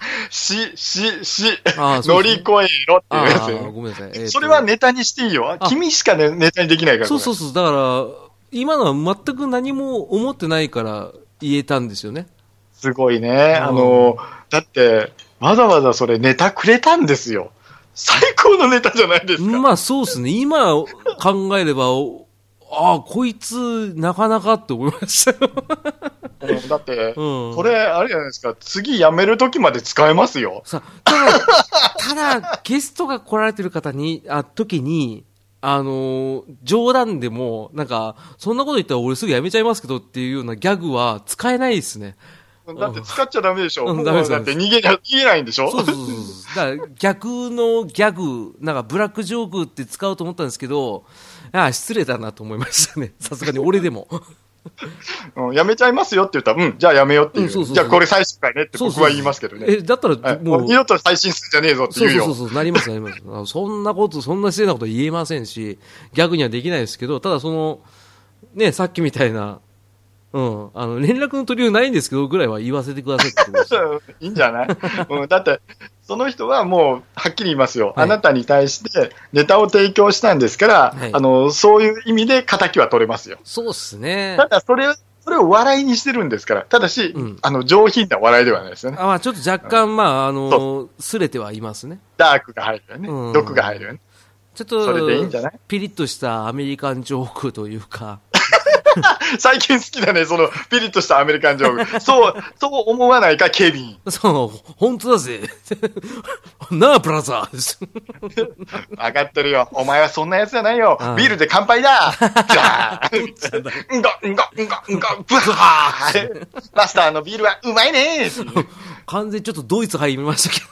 し、し、し、 あそうですね乗り越えろっていうやつあよーごめんなさい。えーとそれはネタにしていいよ。君しか、ね、ネタにできないから。 そうそうそう。だから、今のは全く何も思ってないから言えたんですよね。 すごいね。あの、だって、わざわざそれネタくれたんですよ。最高のネタじゃないですか。 まあそうですね。今考えれば、ああ、こいつ、なかなかって思いましたよ。 うんだって、 うんこれ、あれじゃないですか、次辞めるときまで使えますよ。 さただ、ただ、ゲストが来られてる方に、あ、時に、あのー冗談でも、なんか、そんなこと言ったら俺すぐ辞めちゃいますけどっていうようなギャグは使えないですね。 だって使っちゃダメでしょ。 うんもうダメですだって逃げな、逃げないんでしょ。 そうそうそうそう。だから逆のギャグ、なんかブラックジョークって使おうと思ったんですけど、ああ、失礼だなと思いましたね。さすがに俺でも。 うん、やめちゃいますよって言ったら、うん、じゃあやめようっていう。 うんそうそうそうじゃあこれ最終回ねってそうそうそう僕は言いますけどね。 え、だったらはい、 もう、 もう二度と配信するんじゃねえぞってそう言うよ。 そうそうそう、なりますなります。あそんなこと、そんな失礼なこと言えませんし、逆にはできないですけど、ただその、ね、さっきみたいな、うん、あの、連絡の取りようないんですけど、ぐらいは言わせてくださいってことです。 いいんじゃない、うん、だって、その人はもう、はっきり言いますよ、 はいあなたに対してネタを提供したんですから、 はいあのそういう意味で敵は取れますよ。 そうっすね。 ただそれ、それを笑いにしてるんですから、ただし、 うんあの上品な笑いではないですよね。 あまあ、ちょっと若干、まあ、あの、すれてはいますね。 ダークが入るよね、 うん毒が入るよね。 ちょっと、 それでいいんじゃないピリッとしたアメリカンジョークというか、 最近好きだね、そのピリッとしたアメリカンジョーク。そう、そう思わないか、ケビン。 そう、本当だぜ。なあ、ブラザー。 分かってるよ。お前はそんなやつじゃないよああ。 ビールで乾杯だ。じゃあ、うんが、うんが、うんが、うんが、ブハーマスターのビールはうまいね完全にちょっとドイツ入りましたけ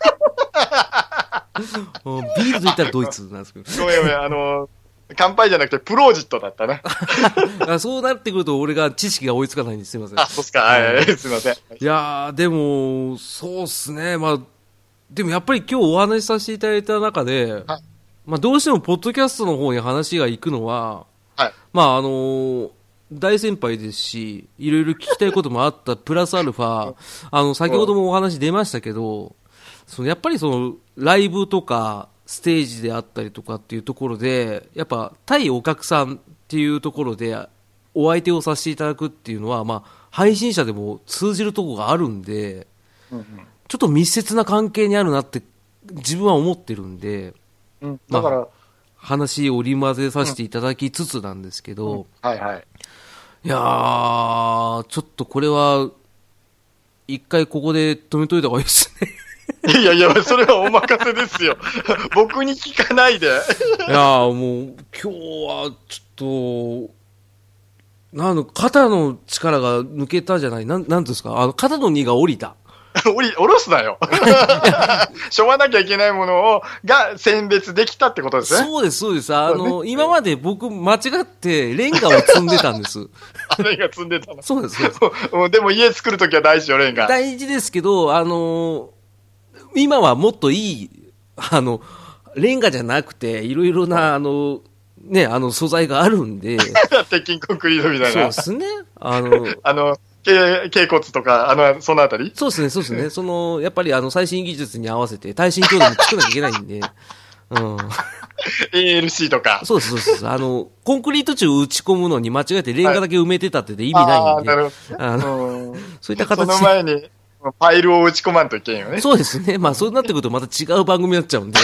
ど。うんビールと言ったらドイツなんですけど。 ごめんごめん、あの、乾杯じゃなくてプロージットだったね。 あそうなってくると俺が知識が追いつかないんですいません。 あ、そうっすか。はい、すいません。 いやー、でも、そうっすね。まあ、でもやっぱり今日お話しさせていただいた中で、 はいまあどうしてもポッドキャストの方に話が行くのは、 はい。 まああのー大先輩ですし、いろいろ聞きたいこともあった、プラスアルファ、あの、先ほどもお話出ましたけど、そのやっぱりその、ライブとか、ステージであったりとかっていうところで、やっぱ、対お客さんっていうところで、お相手をさせていただくっていうのは、まあ、配信者でも通じるところがあるんで、 うんうんちょっと密接な関係にあるなって、自分は思ってるんで、 うん、だから、 話を織り交ぜさせていただきつつなんですけど、 はいはい。 いやー、ちょっとこれは、一回ここで止めといた方がいいですね。 いやいや、それはお任せですよ。僕に聞かないで。 いやー、もう、今日は、ちょっと、なんの、肩の力が抜けたじゃない、なん、なんていうんですか、あの、肩の荷が下りた。 おり、おろすなよ。しょわなきゃいけないものを、が選別できたってことですね。 そうです、そうです。あの、 そうね今まで僕、間違って、レンガを積んでたんです。 レンガ積んでたの。 そうです、そうです。 うんでも家作るときは大事よ、レンガ。 大事ですけど、あの今はもっといい、あの、レンガじゃなくて、いろいろな、あの、ね、あの、素材があるんで、 鉄筋コンクリートみたいな。 そうですね。あの、 あの、け頸骨とか、あの、そのあたりそうですね、そうですね。その、やっぱりあの、最新技術に合わせて、耐震強度も作らなきゃいけないんで、うん。 エーエルシー とか。 そうです、そうです。あの、コンクリート中打ち込むのに間違えてレンガだけ埋めてたってて意味ないああー、 んで、 なるほあの、 どね。うんそういったそ形の前に、パイルを打ち込まんといけんよね。 そうですね。まあ、そうなってくるとまた違う番組になっちゃうんで。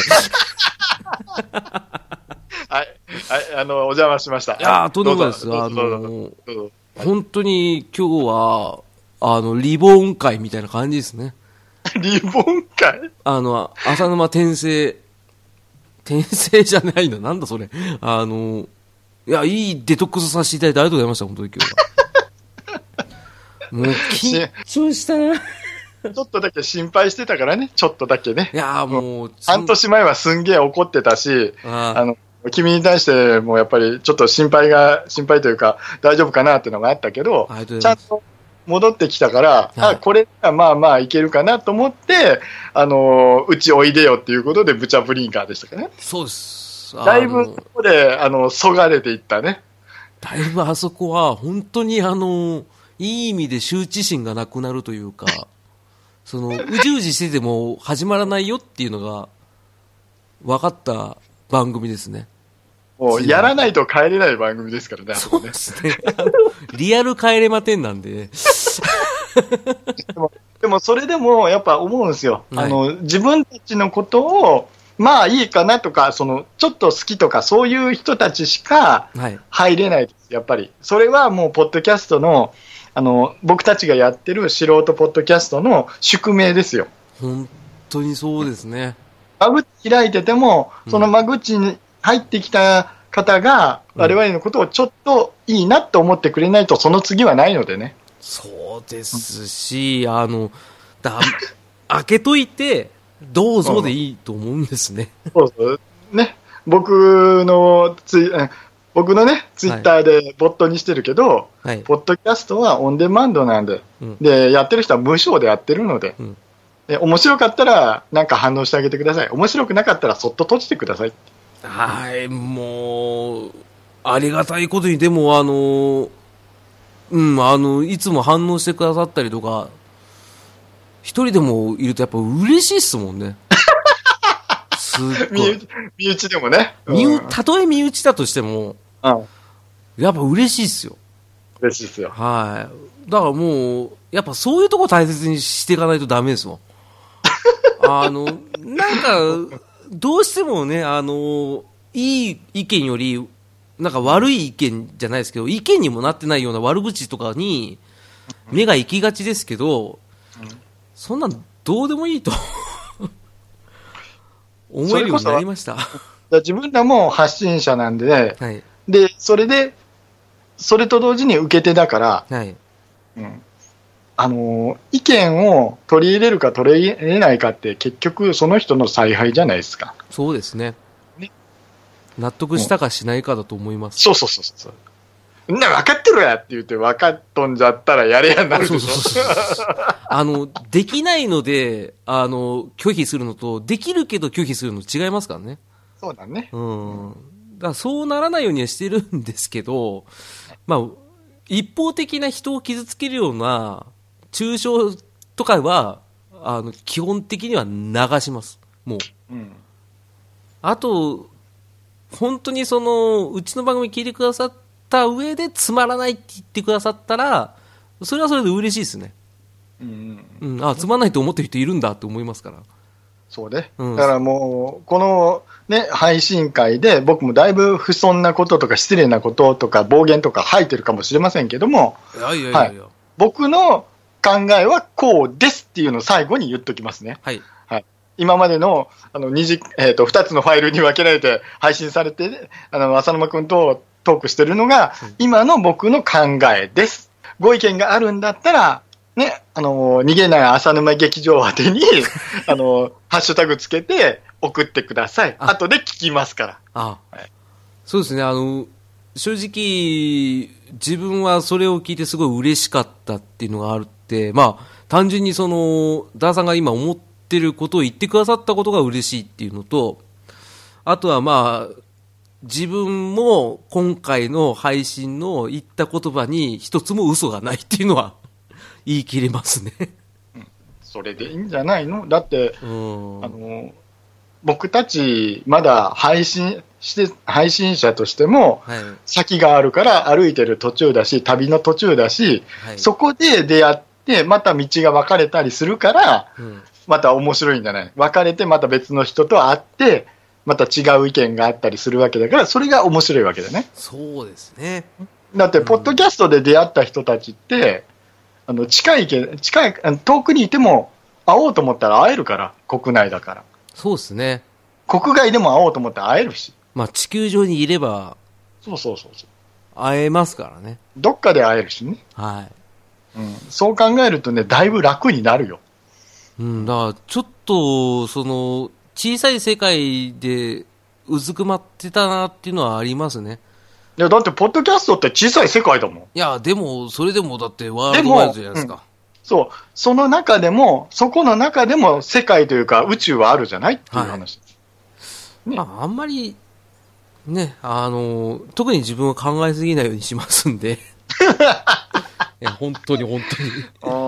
はい。はい、あの、お邪魔しました。 いやーとんでもないです。あどうぞどうぞの、 どうぞ本当に今日は、あの、リボーン会みたいな感じですね。 リボン会あの、浅沼転生、転生じゃないのなんだそれ。あの、いや、いいデトックスさせていただいてありがとうございました、本当に今日は。もう、緊張したな。いちょっとだけ心配してたからね、ちょっとだけね。 やーもう、 半年前はすんげえ怒ってたし、 ああの、君に対してもやっぱりちょっと心配が、心配というか大丈夫かなっていうのがあったけどありがとう、ごちざいますゃんと戻ってきたから、 はいあ、これはまあまあいけるかなと思って、あの、うちおいでよっていうことでブチャブリンカーでしたからね。 そうです。 だいぶあのそこで、あの、そがれていったね。 だいぶあそこは、本当にあの、いい意味で羞恥心がなくなるというか、 その、うじうじしてても始まらないよっていうのが、分かった番組ですね。 もう、やらないと帰れない番組ですからね、 そうですね。リアル帰れまてんなんで。 でも、でもそれでもやっぱ思うんですよ。はい、あの、自分たちのことを、まあいいかなとか、その、ちょっと好きとか、そういう人たちしか入れないです、やっぱり。それはもう、ポッドキャストの、あの、僕たちがやってる素人ポッドキャストの宿命ですよ。 本当にそうですね。 間口開いてても、その間口に入ってきた方が、我々のことをちょっといいなと思ってくれないと、その次はないのでね。 そうですし、あの、だ開けといて、どうぞでいいと思うんですね。 うん、そうそう。ね。僕のツイ、僕のね、ツイッターでボットにしてるけど、はい、ポッドキャストはオンデマンドなんで、うん、で、やってる人は無償でやってるので、うん、で面白かったらなんか反応してあげてください。面白くなかったらそっと閉じてください。 はい、もう、ありがたいことに、でも、あの、うん、あの、いつも反応してくださったりとか、一人でもいるとやっぱ嬉しいっすもんね。すっごい。 身内、身内でもね。 身内、たとえ身内だとしても、うん、やっぱ嬉しいっすよ。 嬉しいっすよ。 はい。だからもう、やっぱそういうとこ大切にしていかないとダメですもん。あの、なんか、どうしてもね、あの、いい意見より、なんか悪い意見じゃないですけど、意見にもなってないような悪口とかに目が行きがちですけど、うん、そんなんどうでもいいと思えるようになりました。 自分らも発信者なんで、はい、で、それで、それと同時に受け手だから、はい、うん、あの、意見を取り入れるか取り入れないかって結局その人の采配じゃないですか。 そうですね。ね、納得したかしないかだと思います。 そうそうそうそう。みんな分かってるやって言って分かっとんじゃったらやれやなるでしょ。そうそうそうあの、できないので、あの、拒否するのと、できるけど拒否するの違いますからね。 そうだね。 うん。だからそうならないようにはしてるんですけど、まあ、一方的な人を傷つけるような中傷とかは、あの、基本的には流します。もう。うん、あと、本当にその、うちの番組聞いてくださった上でつまらないって言ってくださったら、それはそれで嬉しいですね。うん、うん。あ、つまらないと思ってる人いるんだって思いますから。 そうね。うん、だからもう、このね、配信会で僕もだいぶ不遜なこととか失礼なこととか暴言とか吐いてるかもしれませんけども、 いやいやいやいや、はい、 僕の考えはこうですっていうのを最後に言っときますね。はい。はい、今までの、あの、二次、えっと、二つのファイルに分けられて配信されて、あの、浅沼くんとトークしてるのが、うん、今の僕の考えです。ご意見があるんだったら、ね、あの、逃げない浅沼劇場宛てに、あの、ハッシュタグつけて送ってください。あとで聞きますから。 ああ、はい、そうですね。あの、正直、自分はそれを聞いてすごい嬉しかったっていうのがあるって、まあ、単純にその、ダーさんが今思ってることを言ってくださったことが嬉しいっていうのと、あとはまあ、自分も今回の配信の言った言葉に一つも嘘がないっていうのは言い切れますね。 うん、それでいいんじゃないの？だって、うん、あの、僕たちまだ配信して、配信者としても先があるから歩いてる途中だし、旅の途中だし、はい、そこで出会ってまた道が分かれたりするから、うん、また面白いんじゃない？別れてまた別の人と会って、また違う意見があったりするわけだから、それが面白いわけだね。 そうですね。 だって、ポッドキャストで出会った人たちって、うん、あの近いけ、近い、遠くにいても会おうと思ったら会えるから、国内だから。 そうですね。 国外でも会おうと思ったら会えるし。 まあ、地球上にいれば、 そうそうそうそう。 会えますからね。 どっかで会えるしね。 はい。 うん、そう考えるとね、だいぶ楽になるよ。 うん、だから、ちょっと、その、小さい世界でうずくまってたなっていうのはありますね。 いや、だって、ポッドキャストって小さい世界だもん。いや、でも、それでもだってワールドワイドじゃないですか。うん、 そう。その中でも、そこの中でも世界というか宇宙はあるじゃないっていう話。 はい、ね、まあ、あんまり、ね、あの、特に自分は考えすぎないようにしますんで。いや、本当に本当に。ああ。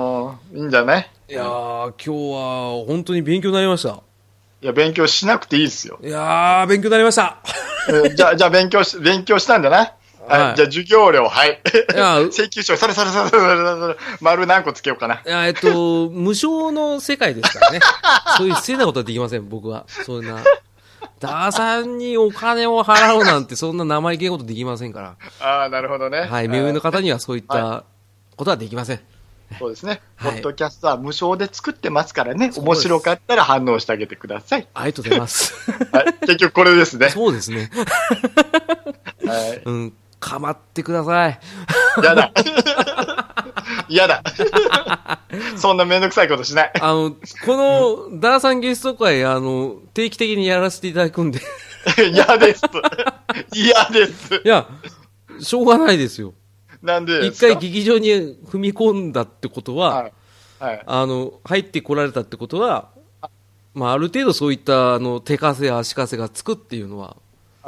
いいんじゃない？ いやー、今日は本当に勉強になりました。 いや、勉強しなくていいですよ。 いやー、勉強になりました。 じゃあ、じゃあ勉強し、勉強したんだな。はい。じゃあ、授業料、はい。いや請求書、それそれそれそれそれそれ、丸何個つけようかな。 いや、えっと、無償の世界ですからね。そういう失礼なことはできません、僕は。そんな。ダーさんにお金を払うなんて、そんな生意気なことできませんから。 ああ、なるほどね。 はい。目上の方にはそういったことはできません。はい、 そうですね。ポッドキャストは無償で作ってますからね。面白かったら反応してあげてください。 ありがとうございます。 はい。結局これですね。 そうですね。はい。うん。かまってください。 やだ。やだ。そんなめんどくさいことしない。 あの、この、ダーさんゲスト会、あの、定期的にやらせていただくんで。 嫌です。嫌です。 いや、しょうがないですよ。 なんで一回劇場に踏み込んだってことは、はいはい、あの、入ってこられたってことは、まあ、ある程度そういった、あの、手かせや足かせがつくっていうのは、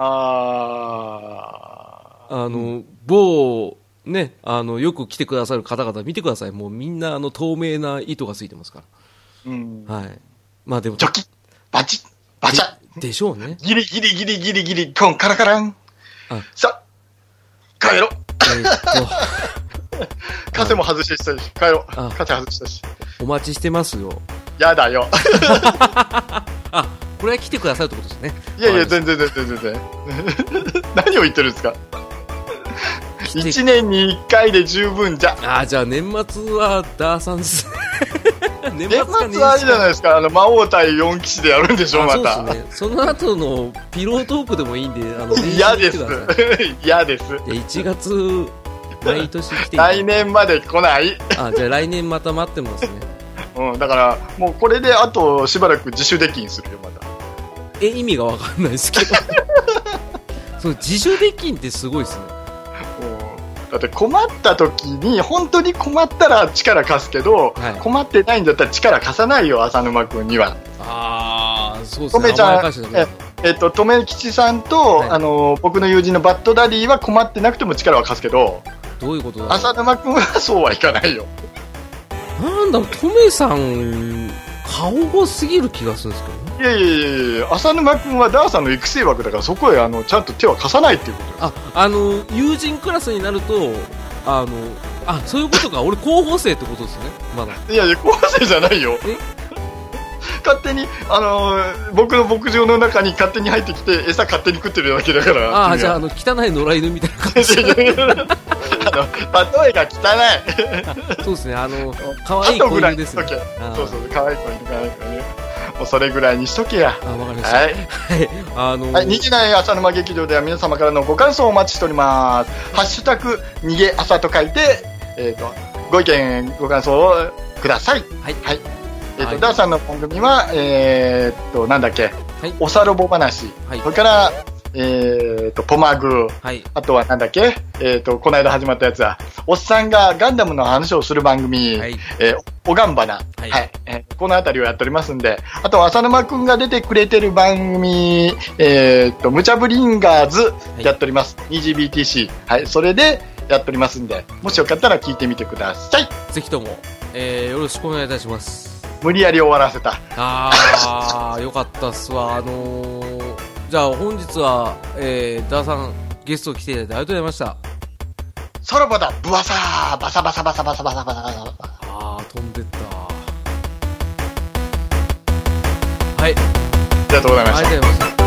ああの、うん、某、ね、あの、よく来てくださる方々見てください。もうみんな、あの、透明な糸がついてますから。うん。はい。まあでも。 チョキバチッバチャで, でしょうね。 ギリギリギリギリギリ、コンカラカラン。さあ、帰ろう。えー、っと。傘も外したし、帰ろう。傘外したし。 お待ちしてますよ。 やだよ。 あ、これは来てくださるってことですね。 いやいや、全然全然全然。何を言ってるんですか。いちねんにいっかいで十分じゃ。 ああ、じゃあ年末はダーさんですね。 年末はあれじゃないですか。あの魔王対よん騎士でやるんでしょ、また。 そうですね。その後のピロートークでもいいんで、あの嫌です。嫌です。 いちがつ毎年来て。 来年まで来ない。 あ、じゃあ来年また待ってますね。 うん、だからもうこれであとしばらく自主出禁するよ、また。 え、意味がわかんないですけど。そう、自主出禁ってすごいですね。 だって困った時に本当に困ったら力貸すけど、はい、困ってないんだったら力貸さないよ、浅沼君には。 ああ、そうですね。 とめちゃん、ええっと、とめきちさんと、はい、あの僕の友人のバッドダディは困ってなくても力は貸すけど、 どういうことだろう。 浅沼君はそうはいかないよ。 なんだろう、とめさん顔がすぎる気がするんですけどね。 いやいやいや、浅沼君はダーさんの育成枠だから、そこへあのちゃんと手は貸さないっていうことです。 あ、あの友人クラスになると、あのあ、そういうことか。俺候補生ってことですね、まだ。 いやいや、候補生じゃないよ。え勝手に、あのー、僕の牧場の中に勝手に入ってきて餌勝手に食ってるだけだから。 ああ、じゃあ、あの汚い野良犬みたいな感じ。 あの例えが汚い。そうですね、あの可愛い子犬ですね。 そうそう、可愛い子犬可愛い子犬。もうそれぐらいにしとけや。 あ、わかりました。はい、あのー、 はい、にじない浅沼劇場では皆様からのご感想をお待ちしております。ハッシュタグ逃げ朝と書いて、えっ、ー、とご意見ご感想をください。はい。はい。えっ、ー、と、はい、ダーさんの番組はえっ、ー、となんだっけ、はい、おさろぼ話、はい、それからえっ、ー、とポマグ、はい、あとはなんだっけ、えっ、ー、とこの間始まったやつはおっさんがガンダムの話をする番組、はい、えー、おがんばな、はい、はい、えー、このあたりをやっておりますんで、あとは浅沼くんが出てくれてる番組、えっ、ー、とムチャブリンガーズやっております、はい、イージービーティーシー、はい、それでやっておりますんで、もしよかったら聞いてみてください。 ぜひとも、えー、よろしくお願いいたします。 無理やり終わらせた。 あーよかったっすわ。あのーじゃあ本日は、えー、ダーさんゲスト来ていただいてありがとうございました。 さらばだブワサーバサバサバサバサバサバサバ。 あー飛んでった。はい、 ありがとうございました。 ありがとうございました。